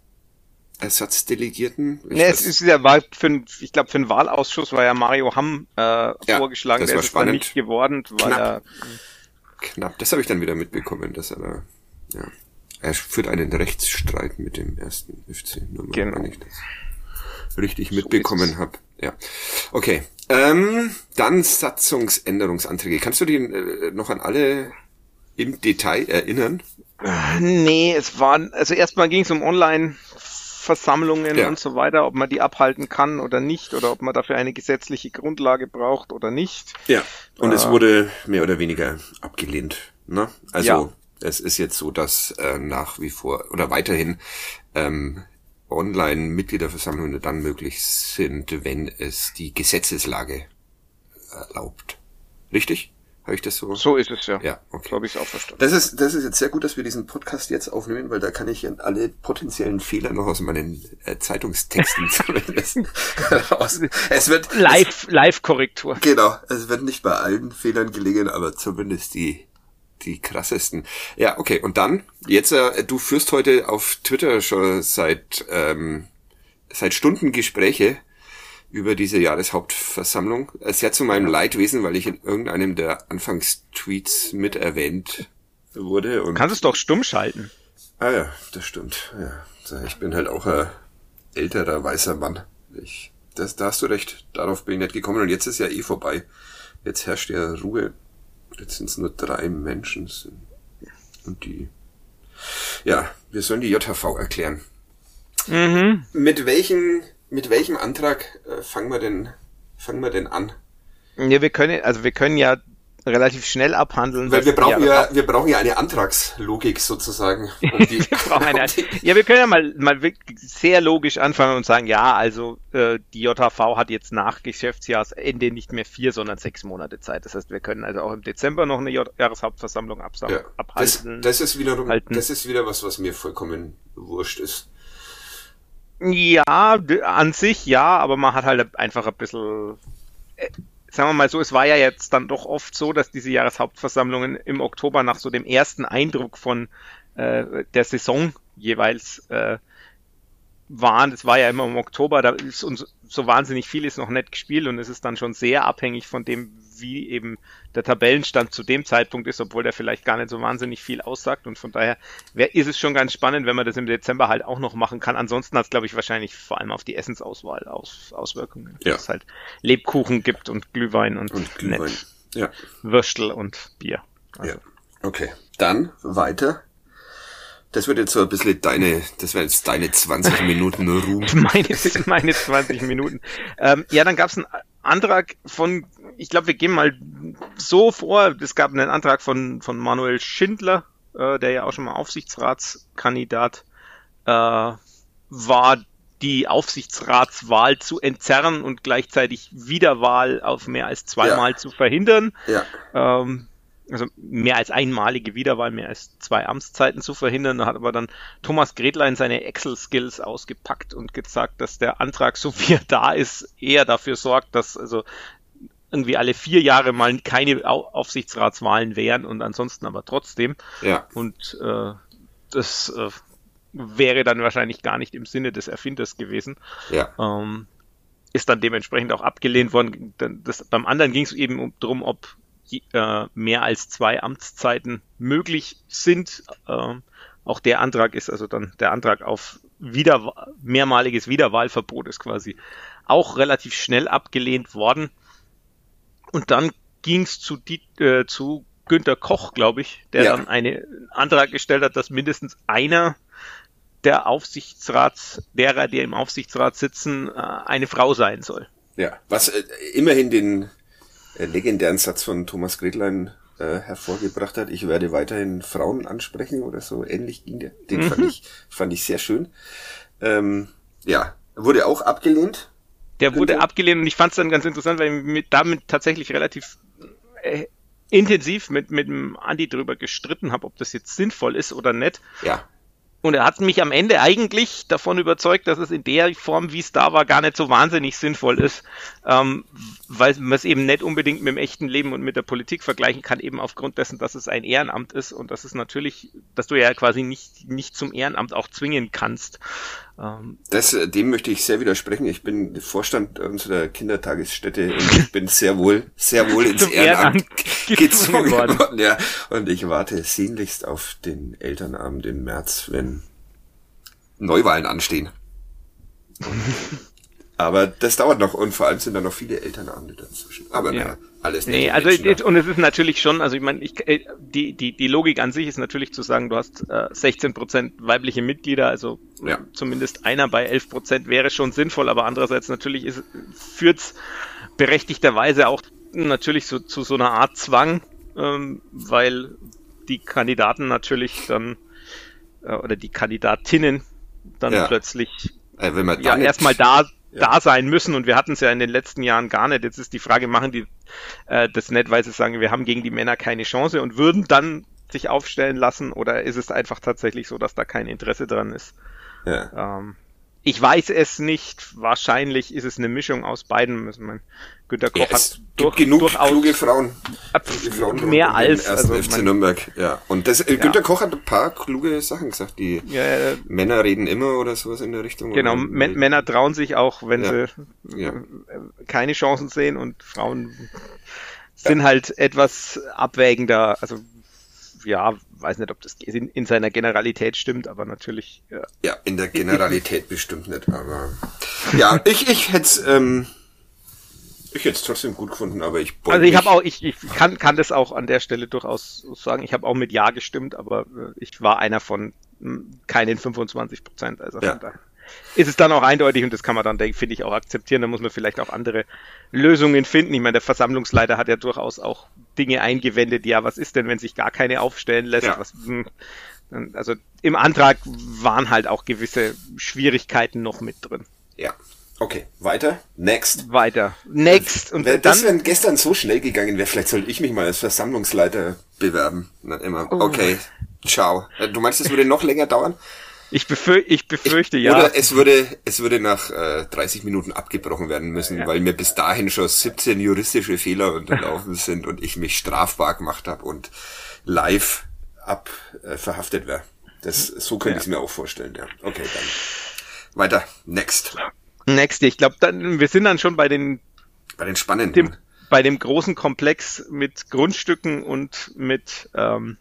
Ersatzdelegierten? Ich Ne, weiß- es ist ja, war für, ein- ich glaube, für den Wahlausschuss war ja Mario Hamm äh, vorgeschlagen, das der war ist es dann spannend. nicht geworden, weil Knapp. er, Knapp. Das habe ich dann wieder mitbekommen, dass er da, ja, er führt einen Rechtsstreit mit dem ersten F C Nürnberg, Genau. wenn ich das richtig So mitbekommen ist es. habe. Ja. Okay. Ähm, dann Satzungsänderungsanträge. Kannst du die äh, noch an alle im Detail erinnern? nee, es waren, also erstmal ging es um Online-Versammlungen Ja. und so weiter, ob man die abhalten kann oder nicht, oder ob man dafür eine gesetzliche Grundlage braucht oder nicht. Ja. Und es Äh. wurde mehr oder weniger abgelehnt. Ne? Also Ja. es ist jetzt so, dass äh, nach wie vor oder weiterhin ähm, Online-Mitgliederversammlungen dann möglich sind, wenn es die Gesetzeslage erlaubt. Richtig? Habe ich das so? So ist es ja. Ja, okay. So habe ich es auch verstanden. Das ist, das ist jetzt sehr gut, dass wir diesen Podcast jetzt aufnehmen, weil da kann ich alle potenziellen Fehler noch aus meinen äh, Zeitungstexten zumindest raus. Es wird Live, Live-Korrektur. Es, genau, es wird nicht bei allen Fehlern gelingen, aber zumindest die die krassesten. Ja, okay. Und dann jetzt, äh, du führst heute auf Twitter schon seit ähm, seit Stunden Gespräche über diese Jahreshauptversammlung. Sehr zu meinem Leidwesen, weil ich in irgendeinem der Anfangstweets mit erwähnt wurde. Und Kannst es doch stumm schalten. ah ja, das stimmt. Ja, ich bin halt auch ein älterer weißer Mann. Ich, das, da hast du recht. Darauf bin ich nicht gekommen. Und jetzt ist ja eh vorbei. Jetzt herrscht ja Ruhe. Jetzt sind es nur drei Menschen. Und die... Ja, wir sollen die J H V erklären. Mhm. Mit welchem, mit welchem Antrag äh, fangen wir denn, fangen wir denn an? Ja, wir können, also wir können ja relativ schnell abhandeln. Weil wir dass- brauchen ja, wir brauchen ja eine Antragslogik sozusagen. Um die, Wir brauchen eine, um die, ja, wir können ja mal, mal wirklich sehr logisch anfangen und sagen, ja, also äh, die J H V hat jetzt nach Geschäftsjahresende nicht mehr vier, sondern sechs Monate Zeit. Das heißt, wir können also auch im Dezember noch eine J- Jahreshauptversammlung absam- ja, das, abhalten. das ist wiederum, halten. das ist wieder was, was mir vollkommen wurscht ist. Ja, d- an sich ja, aber man hat halt einfach ein bisschen, äh, sagen wir mal so, es war ja jetzt dann doch oft so, dass diese Jahreshauptversammlungen im Oktober nach so dem ersten Eindruck von äh, der Saison jeweils äh, waren. Es war ja immer im Oktober, da ist uns so wahnsinnig viel ist noch nicht gespielt und es ist dann schon sehr abhängig von dem, wie eben der Tabellenstand zu dem Zeitpunkt ist, obwohl der vielleicht gar nicht so wahnsinnig viel aussagt und von daher wär, ist es schon ganz spannend, wenn man das im Dezember halt auch noch machen kann. Ansonsten hat es, glaube ich, wahrscheinlich vor allem auf die Essensauswahl aus, Auswirkungen. Ja. Dass es halt Lebkuchen gibt und Glühwein und, Und Glühwein. nett Ja, Würstel und Bier. Also, ja. Okay. Dann weiter. Das wird jetzt so ein bisschen deine, das wäre jetzt deine zwanzig Minuten Ruhm. Meine, meine zwanzig Minuten. Ähm, ja, dann gab es einen Antrag von ich glaube, wir gehen mal so vor. Es gab einen Antrag von, von Manuel Schindler, äh, der ja auch schon mal Aufsichtsratskandidat äh, war, die Aufsichtsratswahl zu entzerren und gleichzeitig Wiederwahl auf mehr als zweimal ja. zu verhindern. Ja. Ähm, also mehr als einmalige Wiederwahl, mehr als zwei Amtszeiten zu verhindern. Da hat aber dann Thomas Gretlein seine Excel-Skills ausgepackt und gezeigt, dass der Antrag, so wie er da ist, eher dafür sorgt, dass also irgendwie alle vier Jahre mal keine Aufsichtsratswahlen wären und ansonsten aber trotzdem. Ja. Und äh, das äh, wäre dann wahrscheinlich gar nicht im Sinne des Erfinders gewesen. Ja. Ähm, ist dann dementsprechend auch abgelehnt worden. Das, beim anderen ging es eben um, darum, ob die, äh, mehr als zwei Amtszeiten möglich sind. Ähm, auch der Antrag ist also dann der Antrag auf Wiederwa- mehrmaliges Wiederwahlverbot ist quasi auch relativ schnell abgelehnt worden. Und dann ging es zu, die, äh, zu Günter Koch, glaube ich, der ja. dann einen Antrag gestellt hat, dass mindestens einer der Aufsichtsrats, derer, die im Aufsichtsrat sitzen, äh, eine Frau sein soll. Ja, was äh, immerhin den äh, legendären Satz von Thomas Gretlein äh, hervorgebracht hat, ich werde weiterhin Frauen ansprechen oder so, ähnlich ging der. Den mhm. fand ich fand ich sehr schön. Ähm, ja, wurde auch abgelehnt. Der wurde Günther? abgelehnt und ich fand es dann ganz interessant, weil ich mit, damit tatsächlich relativ äh, intensiv mit mit dem Andi drüber gestritten habe, ob das jetzt sinnvoll ist oder nicht. Ja. Und er hat mich am Ende eigentlich davon überzeugt, dass es in der Form, wie es da war, gar nicht so wahnsinnig sinnvoll ist, ähm, weil man es eben nicht unbedingt mit dem echten Leben und mit der Politik vergleichen kann, eben aufgrund dessen, dass es ein Ehrenamt ist und dass es natürlich, dass du ja quasi nicht nicht zum Ehrenamt auch zwingen kannst. Ähm, das, dem möchte ich sehr widersprechen. Ich bin Vorstand unserer Kindertagesstätte und ich bin sehr wohl, sehr wohl ins Ehrenamt gezwungen worden. worden. Ja, und ich warte sehnlichst auf den Elternabend im März, wenn Neuwahlen anstehen. Aber das dauert noch und vor allem sind da noch viele Elternabende dazwischen. Aber ja. naja, alles nicht. Nee, also jetzt, und es ist natürlich schon, also ich meine, ich, die die die Logik an sich ist natürlich zu sagen, du hast äh, sechzehn Prozent weibliche Mitglieder, also ja. zumindest einer bei elf Prozent wäre schon sinnvoll, aber andererseits natürlich ist führt's berechtigterweise auch natürlich so zu so einer Art Zwang, ähm, weil die Kandidaten natürlich dann äh, oder die Kandidatinnen dann ja. plötzlich äh, wenn man ja erstmal da Ja. da sein müssen und wir hatten es ja in den letzten Jahren gar nicht. Jetzt ist die Frage, machen die äh, das nicht, weil sie sagen, wir haben gegen die Männer keine Chance und würden dann sich aufstellen lassen oder ist es einfach tatsächlich so, dass da kein Interesse dran ist? Ja. Ähm, ich weiß es nicht. Wahrscheinlich ist es eine Mischung aus beiden. Also mein Günter Koch ja, es hat gibt durch, genug durchaus kluge Frauen. Kluge Frauen mehr als ersten also F C mein, Nürnberg. Ja. Und das äh, ja. Günter Koch hat ein paar kluge Sachen gesagt. Die ja, äh, Männer reden immer oder sowas in der Richtung. Genau, oder, M- Männer trauen sich auch, wenn ja. sie Ja. äh, keine Chancen sehen und Frauen sind ja. halt etwas abwägender. Also ja, weiß nicht, ob das in, in seiner Generalität stimmt, aber natürlich. Ja, ja in der Generalität bestimmt nicht, aber ja, ich ich hätte es ähm, ich hätte es trotzdem gut gefunden, aber ich also ich habe auch ich ich kann kann das auch an der Stelle durchaus sagen. Ich habe auch mit Ja gestimmt, aber äh, ich war einer von mh, keinen fünfundzwanzig Prozent, also ja. von daher ist es dann auch eindeutig und das kann man dann, finde ich, auch akzeptieren. Da muss man vielleicht auch andere Lösungen finden. Ich meine, der Versammlungsleiter hat ja durchaus auch Dinge eingewendet. Ja, was ist denn, wenn sich gar keine aufstellen lässt? Ja. Was, also im Antrag waren halt auch gewisse Schwierigkeiten noch mit drin. Ja, okay, weiter. Next. Weiter. Next. Und das, dann, wenn gestern so schnell gegangen wäre, vielleicht sollte ich mich mal als Versammlungsleiter bewerben. Nicht immer. Oh. Okay, ciao. Du meinst, es würde noch länger dauern? Ich, befür, ich befürchte, ich, ja. Oder es würde, es würde nach äh, dreißig Minuten abgebrochen werden müssen, ja. weil mir bis dahin schon siebzehn juristische Fehler unterlaufen sind und ich mich strafbar gemacht habe und live ab äh, verhaftet wäre. Das, so könnte ja. ich es mir auch vorstellen, ja. Okay, dann weiter. Next. Next. Ich glaube, dann wir sind dann schon bei den bei den spannenden, dem, bei dem großen Komplex mit Grundstücken und mit ähm,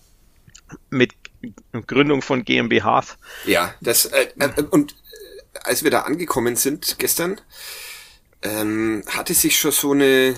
mit Gründung von GmbHs. Ja, das äh, äh, und äh, als wir da angekommen sind gestern, ähm, hatte sich schon so eine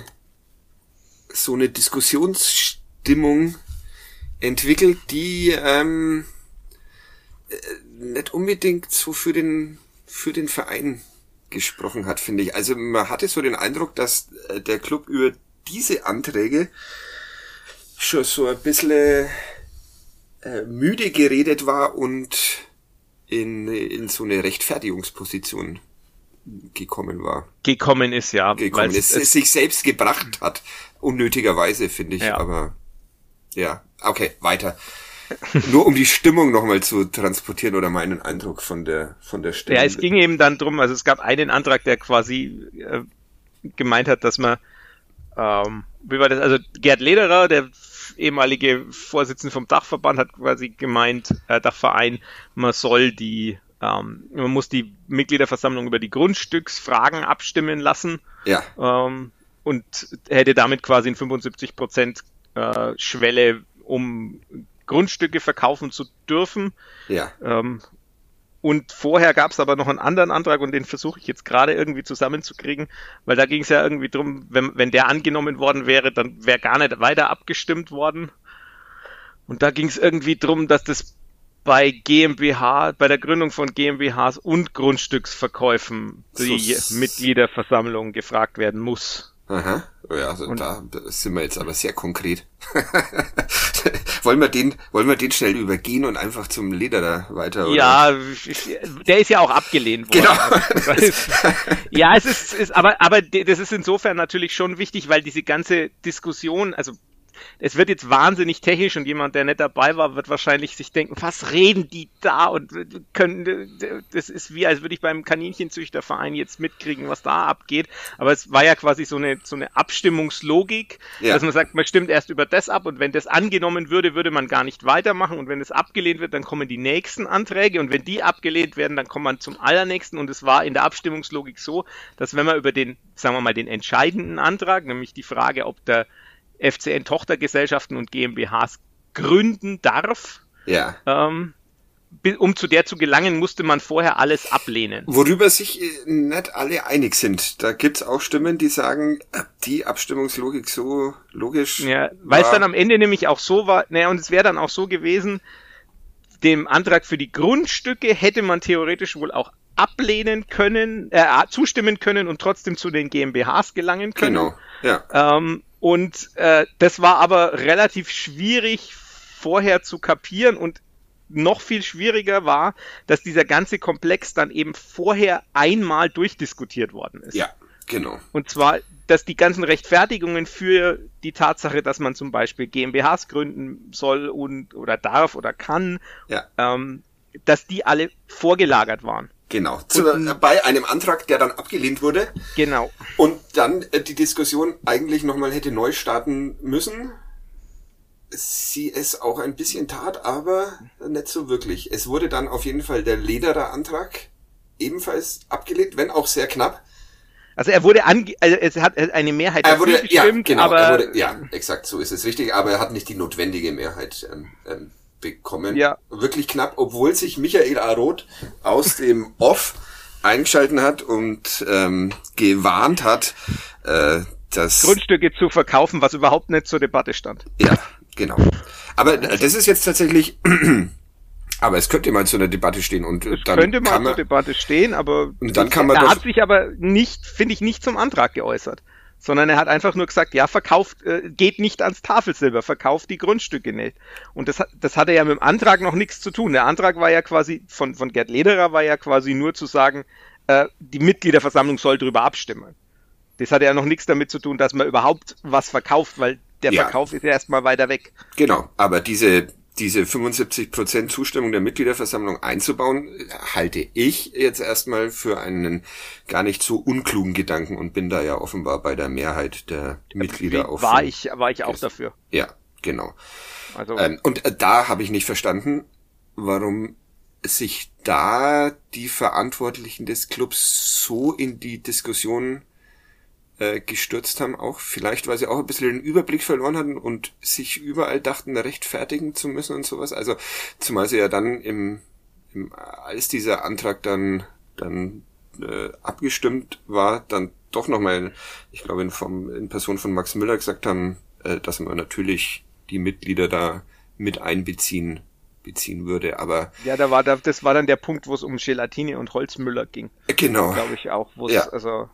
so eine Diskussionsstimmung entwickelt, die ähm, äh, nicht unbedingt so für den für den Verein gesprochen hat, finde ich. Also man hatte so den Eindruck, dass äh, der Club über diese Anträge schon so ein bisschen äh, müde geredet war und in, in so eine Rechtfertigungsposition gekommen war. Gekommen ist, ja. Gekommen ist, es, es sich selbst gebracht hat. Unnötigerweise, finde ich, ja. aber ja, okay, weiter. Nur um die Stimmung nochmal zu transportieren oder meinen Eindruck von der von der Stimmung. Ja, es ging eben dann drum, also es gab einen Antrag, der quasi äh, gemeint hat, dass man, ähm, wie war das, also Gerd Lederer, der ehemalige Vorsitzende vom Dachverband, hat quasi gemeint, äh, Dachverein, man soll die Ähm, man muss die Mitgliederversammlung über die Grundstücksfragen abstimmen lassen. Ja. Ähm, und hätte damit quasi eine fünfundsiebzig Prozent äh, Schwelle, um Grundstücke verkaufen zu dürfen. Ja. Ähm, und vorher gab es aber noch einen anderen Antrag und den versuche ich jetzt gerade irgendwie zusammenzukriegen, weil da ging es ja irgendwie drum, wenn, wenn der angenommen worden wäre, dann wäre gar nicht weiter abgestimmt worden. Und da ging es irgendwie drum, dass das bei GmbH, bei der Gründung von GmbHs und Grundstücksverkäufen die so Mitgliederversammlung gefragt werden muss. Aha, ja, also da sind wir jetzt aber sehr konkret. wollen wir den, wollen wir den schnell übergehen und einfach zum Lederer weiter, oder? Ja, der ist ja auch abgelehnt worden. Genau. Ja, es ist, ist, aber, aber das ist insofern natürlich schon wichtig, weil diese ganze Diskussion, also es wird jetzt wahnsinnig technisch und jemand, der nicht dabei war, wird wahrscheinlich sich denken, was reden die da und können, das ist wie, als würde ich beim Kaninchenzüchterverein jetzt mitkriegen, was da abgeht, aber es war ja quasi so eine, so eine Abstimmungslogik, ja. Dass man sagt, man stimmt erst über das ab und wenn das angenommen würde, würde man gar nicht weitermachen und wenn es abgelehnt wird, dann kommen die nächsten Anträge und wenn die abgelehnt werden, dann kommt man zum allernächsten und es war in der Abstimmungslogik so, dass wenn man über den, sagen wir mal, den entscheidenden Antrag, nämlich die Frage, ob der F C N Tochtergesellschaften und GmbHs gründen darf. Ja. Ähm, um zu der zu gelangen, musste man vorher alles ablehnen. Worüber sich nicht alle einig sind. Da gibt's auch Stimmen, die sagen, die Abstimmungslogik so logisch. Ja, weil es dann am Ende nämlich auch so war, naja, und es wäre dann auch so gewesen, dem Antrag für die Grundstücke hätte man theoretisch wohl auch ablehnen können, äh, zustimmen können und trotzdem zu den GmbHs gelangen können. Genau, ja. Ähm, Und äh, das war aber relativ schwierig vorher zu kapieren und noch viel schwieriger war, dass dieser ganze Komplex dann eben vorher einmal durchdiskutiert worden ist. Ja, genau. Und zwar, dass die ganzen Rechtfertigungen für die Tatsache, dass man zum Beispiel GmbHs gründen soll und oder darf oder kann, ja. ähm, dass die alle vorgelagert waren. Genau, zu, und, bei einem Antrag, der dann abgelehnt wurde. Genau. Und dann äh, die Diskussion eigentlich nochmal hätte neu starten müssen. Sie es auch ein bisschen tat, aber nicht so wirklich. Es wurde dann auf jeden Fall der Lederer Antrag ebenfalls abgelehnt, wenn auch sehr knapp. Also er wurde ange also es hat eine Mehrheit er wurde, gestimmt, ja, genau, aber er wurde, ja, exakt, so ist es richtig, aber er hat nicht die notwendige Mehrheit ähm, ähm, bekommen. Ja. Wirklich knapp, obwohl sich Michael A. Roth aus dem Off eingeschalten hat und ähm, gewarnt hat, äh, dass Grundstücke zu verkaufen, was überhaupt nicht zur Debatte stand. Ja, genau. Aber das ist jetzt tatsächlich, aber es könnte mal zu einer Debatte stehen und es dann könnte mal kann man, zur Debatte stehen, aber und dann kann man er doch, hat sich aber nicht, finde ich, nicht zum Antrag geäußert, sondern er hat einfach nur gesagt, ja, verkauft, äh, geht nicht ans Tafelsilber, verkauft die Grundstücke nicht. Und das hat, das hatte ja mit dem Antrag noch nichts zu tun. Der Antrag war ja quasi, von, von Gerd Lederer war ja quasi nur zu sagen, äh, die Mitgliederversammlung soll darüber abstimmen. Das hatte ja noch nichts damit zu tun, dass man überhaupt was verkauft, weil der ja. Verkauf ist ja erstmal weiter weg. Genau, aber diese diese fünfundsiebzig Prozent Zustimmung der Mitgliederversammlung einzubauen, halte ich jetzt erstmal für einen gar nicht so unklugen Gedanken und bin da ja offenbar bei der Mehrheit der Mitglieder auf. War ich, war ich auch dafür. Ja, genau. Also ähm, und äh, da habe ich nicht verstanden, warum sich da die Verantwortlichen des Clubs so in die Diskussion äh, gestürzt haben, auch vielleicht, weil sie auch ein bisschen den Überblick verloren hatten und sich überall dachten, rechtfertigen zu müssen und sowas. Also zumal sie ja dann im, im als dieser Antrag dann dann äh, abgestimmt war, dann doch nochmal, ich glaube in, vom, in Person von Max Müller gesagt haben, äh, dass man natürlich die Mitglieder da mit einbeziehen beziehen würde, aber ja, da war da, das war dann der Punkt, wo es um Gelatine und Holzmüller ging. Genau. Glaube ich auch, wo es ja. also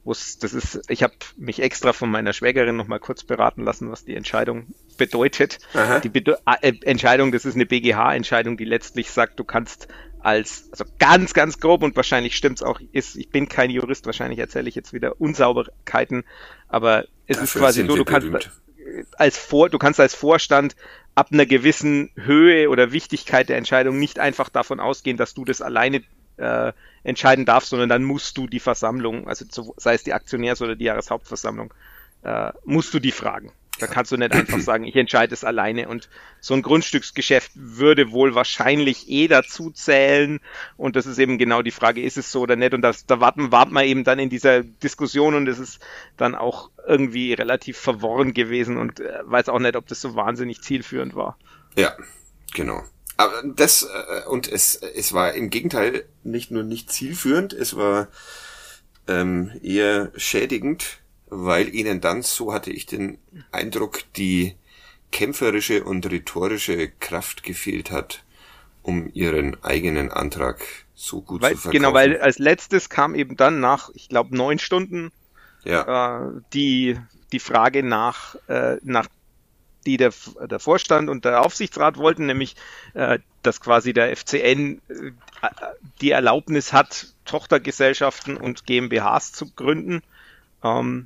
wo's, das ist, ich habe mich extra von meiner Schwägerin noch mal kurz beraten lassen, was die Entscheidung bedeutet. Aha. Die Bedo- äh, Entscheidung, das ist eine B G H-Entscheidung, die letztlich sagt, du kannst als, also ganz, ganz grob, und wahrscheinlich stimmt's auch, ist, ich bin kein Jurist, wahrscheinlich erzähle ich jetzt wieder Unsauberkeiten, aber es Dafür ist quasi so, du kannst berühmt. als Vor, du kannst als Vorstand ab einer gewissen Höhe oder Wichtigkeit der Entscheidung nicht einfach davon ausgehen, dass du das alleine äh, entscheiden darfst, sondern dann musst du die Versammlung, also zu, sei es die Aktionärs- oder die Jahreshauptversammlung, äh, musst du die fragen. Da kannst du nicht einfach sagen, ich entscheide es alleine. Und so ein Grundstücksgeschäft würde wohl wahrscheinlich eh dazu zählen. Und das ist eben genau die Frage, ist es so oder nicht? Und das, da warten, warten wir eben dann in dieser Diskussion, und es ist dann auch irgendwie relativ verworren gewesen und äh, weiß auch nicht, ob das so wahnsinnig zielführend war. Ja, genau. Aber das, äh, und es, es war im Gegenteil nicht nur nicht zielführend, es war ähm, eher schädigend, weil ihnen dann, so hatte ich den Eindruck, die kämpferische und rhetorische Kraft gefehlt hat, um ihren eigenen Antrag so gut weil, zu verkaufen. Genau, weil als letztes kam eben dann nach, ich glaube, neun Stunden ja. äh, die die Frage nach, äh, nach die der, der Vorstand und der Aufsichtsrat wollten, nämlich, äh, dass quasi der F C N äh, die Erlaubnis hat, Tochtergesellschaften und GmbHs zu gründen. Ähm,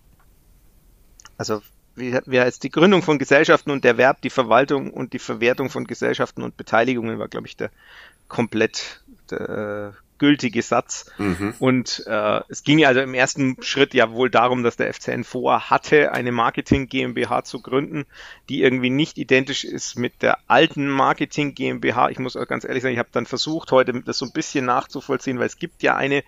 Also wie, wie heißt die Gründung von Gesellschaften und der Erwerb, die Verwaltung und die Verwertung von Gesellschaften und Beteiligungen war, glaube ich, der komplett der, äh, gültige Satz. Mhm. Und äh, es ging ja also im ersten Schritt ja wohl darum, dass der F C N vorhatte, eine Marketing GmbH zu gründen, die irgendwie nicht identisch ist mit der alten Marketing GmbH. Ich muss auch ganz ehrlich sagen, ich habe dann versucht, heute das so ein bisschen nachzuvollziehen, weil es gibt ja eine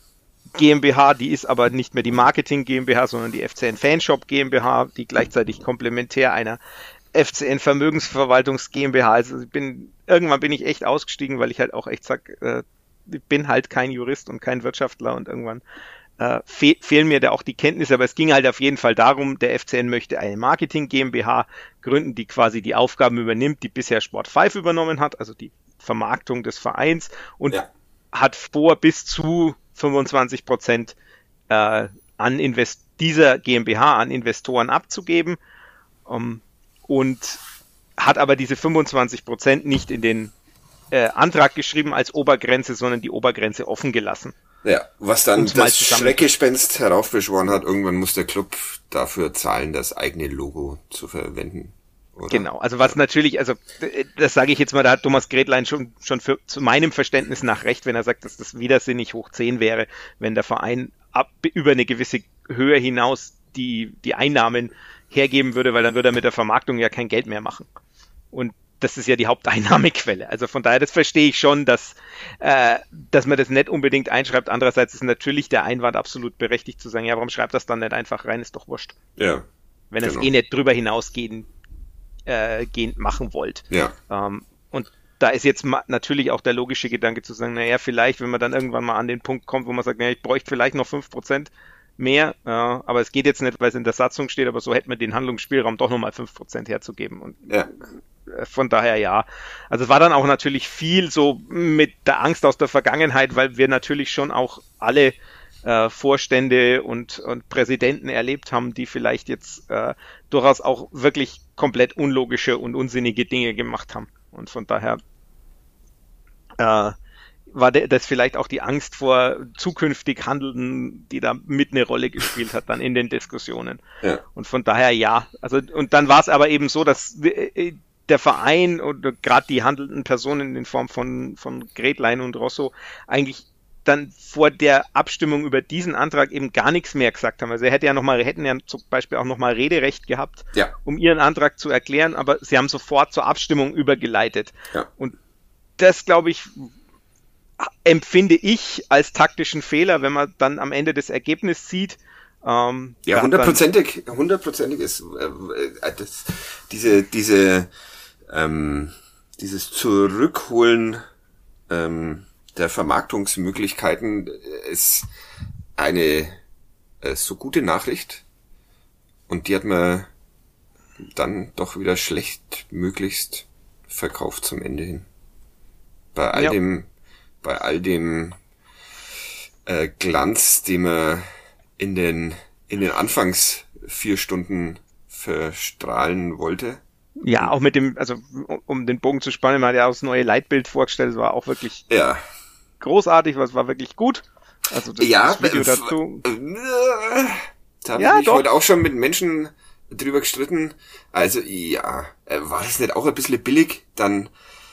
GmbH, die ist aber nicht mehr die Marketing GmbH, sondern die F C N Fanshop GmbH, die gleichzeitig komplementär einer F C N Vermögensverwaltungs GmbH. Also ich bin, irgendwann bin ich echt ausgestiegen, weil ich halt auch echt sag, äh, ich bin halt kein Jurist und kein Wirtschaftler, und irgendwann äh, fe- fehlen mir da auch die Kenntnisse, aber es ging halt auf jeden Fall darum, der F C N möchte eine Marketing GmbH gründen, die quasi die Aufgaben übernimmt, die bisher Sport fünf übernommen hat, also die Vermarktung des Vereins, und ja. hat vor, bis zu fünfundzwanzig Prozent äh, an Invest dieser GmbH an Investoren abzugeben, um, und hat aber diese fünfundzwanzig Prozent nicht in den äh, Antrag geschrieben als Obergrenze, sondern die Obergrenze offen gelassen. Ja, was dann das Schreckgespenst heraufbeschworen hat, irgendwann muss der Club dafür zahlen, das eigene Logo zu verwenden. Oder? Genau, also was natürlich, also das sage ich jetzt mal, da hat Thomas Gretlein schon schon für, zu meinem Verständnis nach recht, wenn er sagt, dass das widersinnig hoch zehn wäre, wenn der Verein ab über eine gewisse Höhe hinaus die die Einnahmen hergeben würde, weil dann würde er mit der Vermarktung ja kein Geld mehr machen. Und das ist ja die Haupteinnahmequelle. Also von daher, das verstehe ich schon, dass äh, dass man das nicht unbedingt einschreibt. Andererseits ist natürlich der Einwand absolut berechtigt zu sagen, ja, warum schreibt das dann nicht einfach rein, ist doch wurscht. Ja. Wenn genau. es eh nicht drüber hinausgehen Äh, gehend machen wollt. Ja. Ähm, und da ist jetzt ma- natürlich auch der logische Gedanke zu sagen, naja, vielleicht, wenn man dann irgendwann mal an den Punkt kommt, wo man sagt, naja, ich bräuchte vielleicht noch fünf Prozent mehr, äh, aber es geht jetzt nicht, weil es in der Satzung steht, aber so hätten wir den Handlungsspielraum doch nochmal fünf Prozent herzugeben. Und ja. äh, von daher ja. Also es war dann auch natürlich viel so mit der Angst aus der Vergangenheit, weil wir natürlich schon auch alle Äh, Vorstände und, und Präsidenten erlebt haben, die vielleicht jetzt äh, durchaus auch wirklich komplett unlogische und unsinnige Dinge gemacht haben. Und von daher äh, war de- das vielleicht auch die Angst vor zukünftig Handelnden, die da mit eine Rolle gespielt hat dann in den Diskussionen. Ja. Und von daher ja. Also und dann war es aber eben so, dass äh, der Verein oder gerade die handelnden Personen in Form von, von Gretlein und Rosso eigentlich dann vor der Abstimmung über diesen Antrag eben gar nichts mehr gesagt haben. Also er hätte ja noch mal, hätten ja zum Beispiel auch nochmal Rederecht gehabt, ja. um ihren Antrag zu erklären, aber sie haben sofort zur Abstimmung übergeleitet. Ja. Und das, glaube ich, empfinde ich als taktischen Fehler, wenn man dann am Ende das Ergebnis sieht. Ähm, ja, hundertprozentig, hundertprozentig ist äh, das, diese, diese, ähm, dieses Zurückholen ähm, der Vermarktungsmöglichkeiten ist eine äh, so gute Nachricht, und die hat man dann doch wieder schlecht möglichst verkauft zum Ende hin. Bei all ja. dem, bei all dem äh, Glanz, den man in den, in den Anfangs vier Stunden verstrahlen wollte. Ja, auch mit dem, also um den Bogen zu spannen, man hat ja auch das neue Leitbild vorgestellt, es war auch wirklich ja. großartig, was war wirklich gut. Also das, ja, das Video äh, dazu. Äh, da habe Ja, ich mich doch. heute auch schon mit Menschen drüber gestritten. Also ja, äh, war das nicht auch ein bisschen billig, dann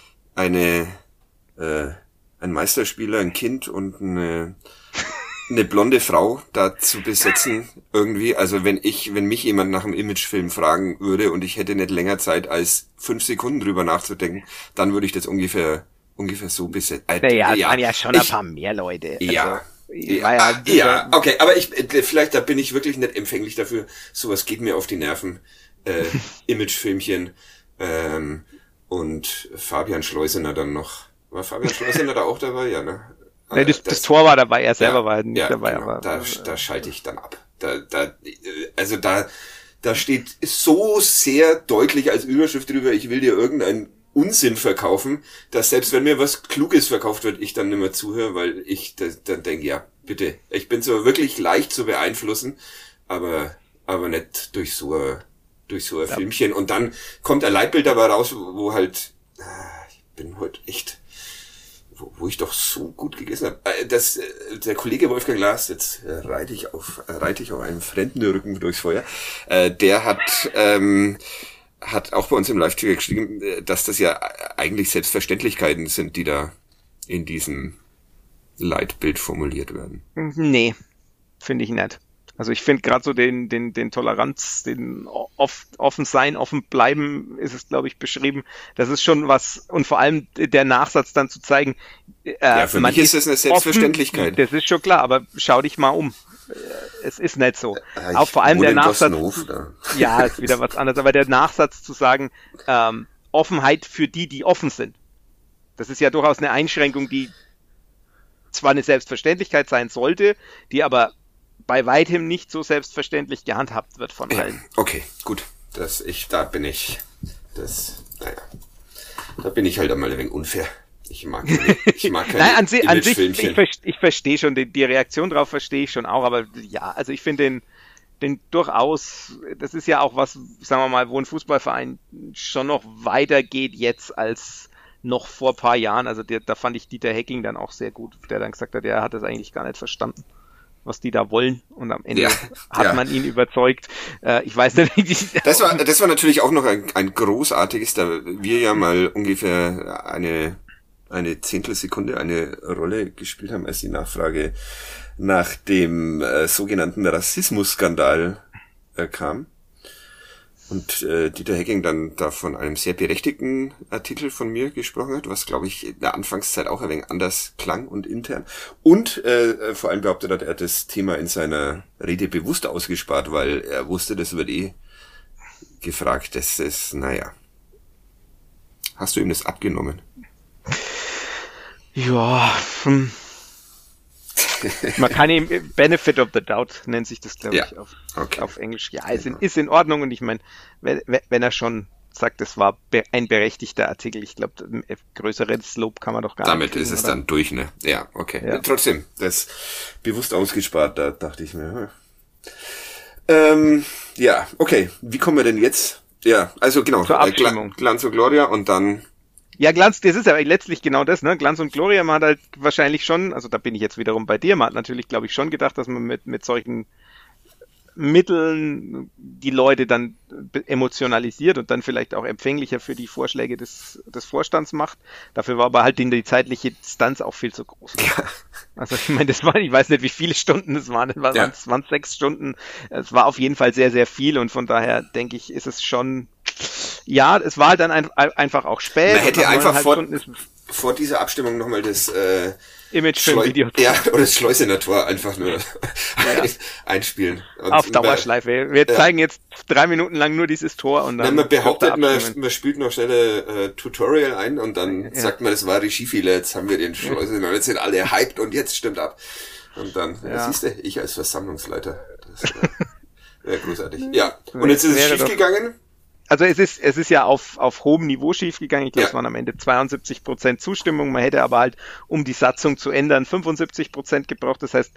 eine äh, ein Meisterspieler, ein Kind und eine eine blonde Frau da zu besetzen irgendwie. Also wenn ich, wenn mich jemand nach einem Imagefilm fragen würde und ich hätte nicht länger Zeit als fünf Sekunden drüber nachzudenken, dann würde ich das ungefähr ungefähr so besetzen. Äh, Naja, es ja, waren ja schon ich, ein paar mehr Leute. Ja. Also, Ja, war ja, ja, okay, aber ich, vielleicht, da bin ich wirklich nicht empfänglich dafür. Sowas geht mir auf die Nerven. Äh, Imagefilmchen, ähm, und Fabian Schleusener dann noch. War Fabian Schleusener da auch dabei? Ja, ne? Nee, das, das, das Tor war dabei, er selber ja, war nicht ja, dabei. Genau, Aber, da, da schalte ich dann ab. Da, da, also da, da steht so sehr deutlich als Überschrift drüber, ich will dir irgendeinen Unsinn verkaufen, dass selbst wenn mir was Kluges verkauft wird, ich dann nicht mehr zuhöre, weil ich da, dann denke, ja, bitte, ich bin so wirklich leicht zu beeinflussen, aber, aber nicht durch so ein, durch so ein ja. Filmchen. Und dann kommt ein Leitbild dabei raus, wo halt, ich bin heute echt, Wo, wo ich doch so gut gegessen habe. Das, der Kollege Wolfgang Lars, jetzt reite ich auf, reite ich auf einem fremden Rücken durchs Feuer, der hat, ähm, hat auch bei uns im Live-Ticker geschrieben, dass das ja eigentlich Selbstverständlichkeiten sind, die da in diesem Leitbild formuliert werden. Nee, finde ich nicht. Also ich finde gerade so den, den, den Toleranz, den oft offen sein, offen bleiben, ist es, glaube ich, beschrieben. Das ist schon was, und vor allem der Nachsatz dann zu zeigen, äh, ja, für mich ist das eine Selbstverständlichkeit. Offen, das ist schon klar, aber schau dich mal um. Es ist nicht so. Ja, auch vor allem der Nachsatz. Gossenhof, ja, ist wieder was anderes, aber der Nachsatz zu sagen, ähm, Offenheit für die, die offen sind. Das ist ja durchaus eine Einschränkung, die zwar eine Selbstverständlichkeit sein sollte, die aber bei weitem nicht so selbstverständlich gehandhabt wird von allen. Ja, okay, gut. Das, ich, da bin ich, das, naja, da bin ich halt einmal ein wenig unfair. Ich mag keine, ich mag keine Nein, an, si an sich, ich, Filmchen. ich, ich verstehe schon, die, die Reaktion drauf verstehe ich schon auch, aber ja, also ich finde den, den durchaus, das ist ja auch was, sagen wir mal, wo ein Fußballverein schon noch weitergeht jetzt als noch vor ein paar Jahren. Also der, da fand ich Dieter Hecking dann auch sehr gut, der dann gesagt hat, der hat das eigentlich gar nicht verstanden, was die da wollen, und am Ende ja, hat ja. man ihn überzeugt. Äh, ich weiß nicht, wie die das war, das war natürlich auch noch ein, ein großartiges, da wir ja mal ungefähr eine eine Zehntelsekunde eine Rolle gespielt haben, als die Nachfrage nach dem äh, sogenannten Rassismusskandal äh, kam. Und äh, Dieter Hecking dann da von einem sehr berechtigten Artikel von mir gesprochen hat, was, glaube ich, in der Anfangszeit auch ein wenig anders klang und intern. Und äh, vor allem behauptet hat, er hat das Thema in seiner Rede bewusst ausgespart, weil er wusste, das wird eh gefragt. Das ist, naja. Hast du ihm das abgenommen? Ja, hm. Man kann ihm Benefit of the Doubt nennt sich das, glaube ja. ich, auf, okay. auf Englisch. Ja, es genau. ist in Ordnung, und ich meine, wenn, wenn er schon sagt, es war be ein berechtigter Artikel, ich glaube, größeres Lob kann man doch gar Damit nicht kriegen, ist es oder? dann durch, ne? Ja, okay. Ja. Trotzdem, das bewusst ausgespart, da dachte ich mir. Hm. Ähm, ja, okay. Wie kommen wir denn jetzt? Ja, also genau, Zur Abstimmung. Gl Glanz und Gloria und dann... Ja, Glanz, das ist ja letztlich genau das, ne? Glanz und Gloria, man hat halt wahrscheinlich schon, also da bin ich jetzt wiederum bei dir, man hat natürlich, glaube ich, schon gedacht, dass man mit, mit solchen Mitteln die Leute dann emotionalisiert und dann vielleicht auch empfänglicher für die Vorschläge des, des Vorstands macht. Dafür war aber halt die, die zeitliche Distanz auch viel zu groß. Ja. Also ich meine, das war, ich weiß nicht, wie viele Stunden es waren, es waren, Ja. es waren sechs Stunden. Es war auf jeden Fall sehr, sehr viel, und von daher denke ich, ist es schon, ja, es war halt dann ein, einfach auch spät. Man hätte Nach einfach vor, Stunden ist vor dieser Abstimmung nochmal das äh, Imagefilm-Video Schleu ja, oder das Schleusener Tor einfach nur Ja. einspielen. Und auf Dauerschleife. Wir ja. zeigen jetzt drei Minuten lang nur dieses Tor, und dann... Nein, man behauptet, man, abstimmen. man spielt noch schnell ein äh, Tutorial ein und dann Ja. sagt man, das war Regiefehler, jetzt haben wir den Schleusener, jetzt sind alle hyped und jetzt stimmt ab. Und dann, ja. Ja. siehst du, ich als Versammlungsleiter. Das wäre wär großartig. Ja, und jetzt ist es Wäre schief doch- gegangen. Also es ist, es ist ja auf, auf hohem Niveau schiefgegangen. Ich glaube, Ja. es waren am Ende zweiundsiebzig Prozent Zustimmung. Man hätte aber halt, um die Satzung zu ändern, fünfundsiebzig Prozent gebraucht. Das heißt,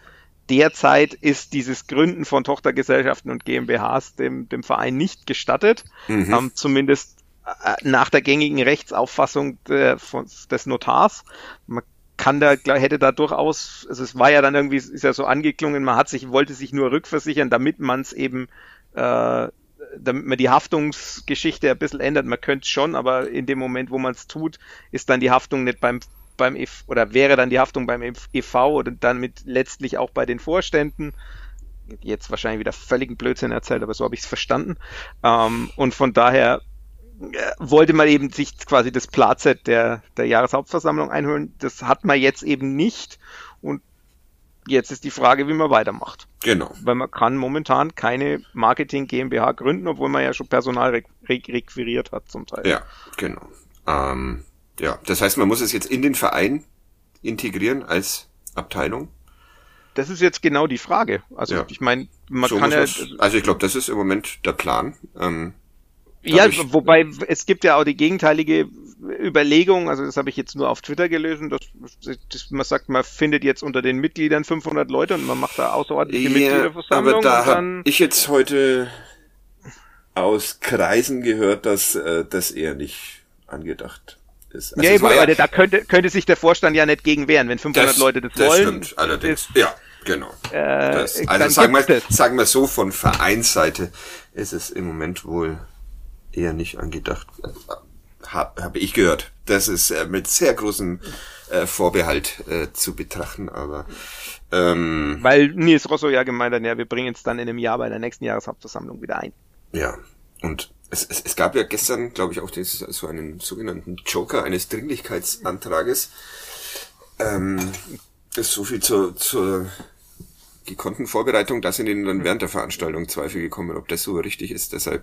derzeit ist dieses Gründen von Tochtergesellschaften und GmbHs dem, dem Verein nicht gestattet, mhm. ähm, zumindest äh, nach der gängigen Rechtsauffassung de, von, des Notars. Man kann da, hätte da durchaus, also es war ja dann irgendwie, ist ja so angeklungen, man hat sich, wollte sich nur rückversichern, damit man es eben, äh, damit man die Haftungsgeschichte ein bisschen ändert. Man könnte es schon, aber in dem Moment, wo man es tut, ist dann die Haftung nicht beim beim E V oder wäre dann die Haftung beim E V oder dann mit letztlich auch bei den Vorständen. Jetzt wahrscheinlich wieder völligen Blödsinn erzählt, aber so habe ich es verstanden. Ähm, und von daher äh, wollte man eben sich quasi das Platset der, der Jahreshauptversammlung einholen. Das hat man jetzt eben nicht. Und jetzt ist die Frage, wie man weitermacht. Genau. Weil man kann momentan keine Marketing GmbH gründen, obwohl man ja schon Personal re- re- requiriert hat zum Teil. Ja, genau. Ähm Ja, das heißt, man muss es jetzt in den Verein integrieren als Abteilung? Das ist jetzt genau die Frage. Also ja. ich meine, man so kann ja... Also ich glaube, das ist im Moment der Plan. Ähm, ja, wobei es gibt ja auch die gegenteilige Überlegung, also das habe ich jetzt nur auf Twitter gelesen, dass, dass man sagt, man findet jetzt unter den Mitgliedern fünfhundert Leute und man macht da außerordentliche ja, Mitgliederversammlung. Aber da habe ich jetzt heute aus Kreisen gehört, dass äh, das eher nicht angedacht ist. Also ja, eben, ja, da könnte, könnte sich der Vorstand ja nicht gegen wehren, wenn fünfhundert das, Leute das, das wollen. Das stimmt, allerdings. Ist, ja, genau. Äh, das, also sagen wir, sagen wir so, von Vereinsseite ist es im Moment wohl eher nicht angedacht. Habe hab ich gehört. Das ist äh, mit sehr großem äh, Vorbehalt äh, zu betrachten, aber ähm, weil Nils Rosso ja gemeint hat, ja, wir bringen es dann in einem Jahr bei der nächsten Jahreshauptversammlung wieder ein. Ja, und Es, es, es gab ja gestern, glaube ich, auch das, so einen sogenannten Joker eines Dringlichkeitsantrages. Ähm, das ist so viel zur, zur gekonnten Vorbereitung, dass in denen dann während der Veranstaltung Zweifel gekommen, ob das so richtig ist. Deshalb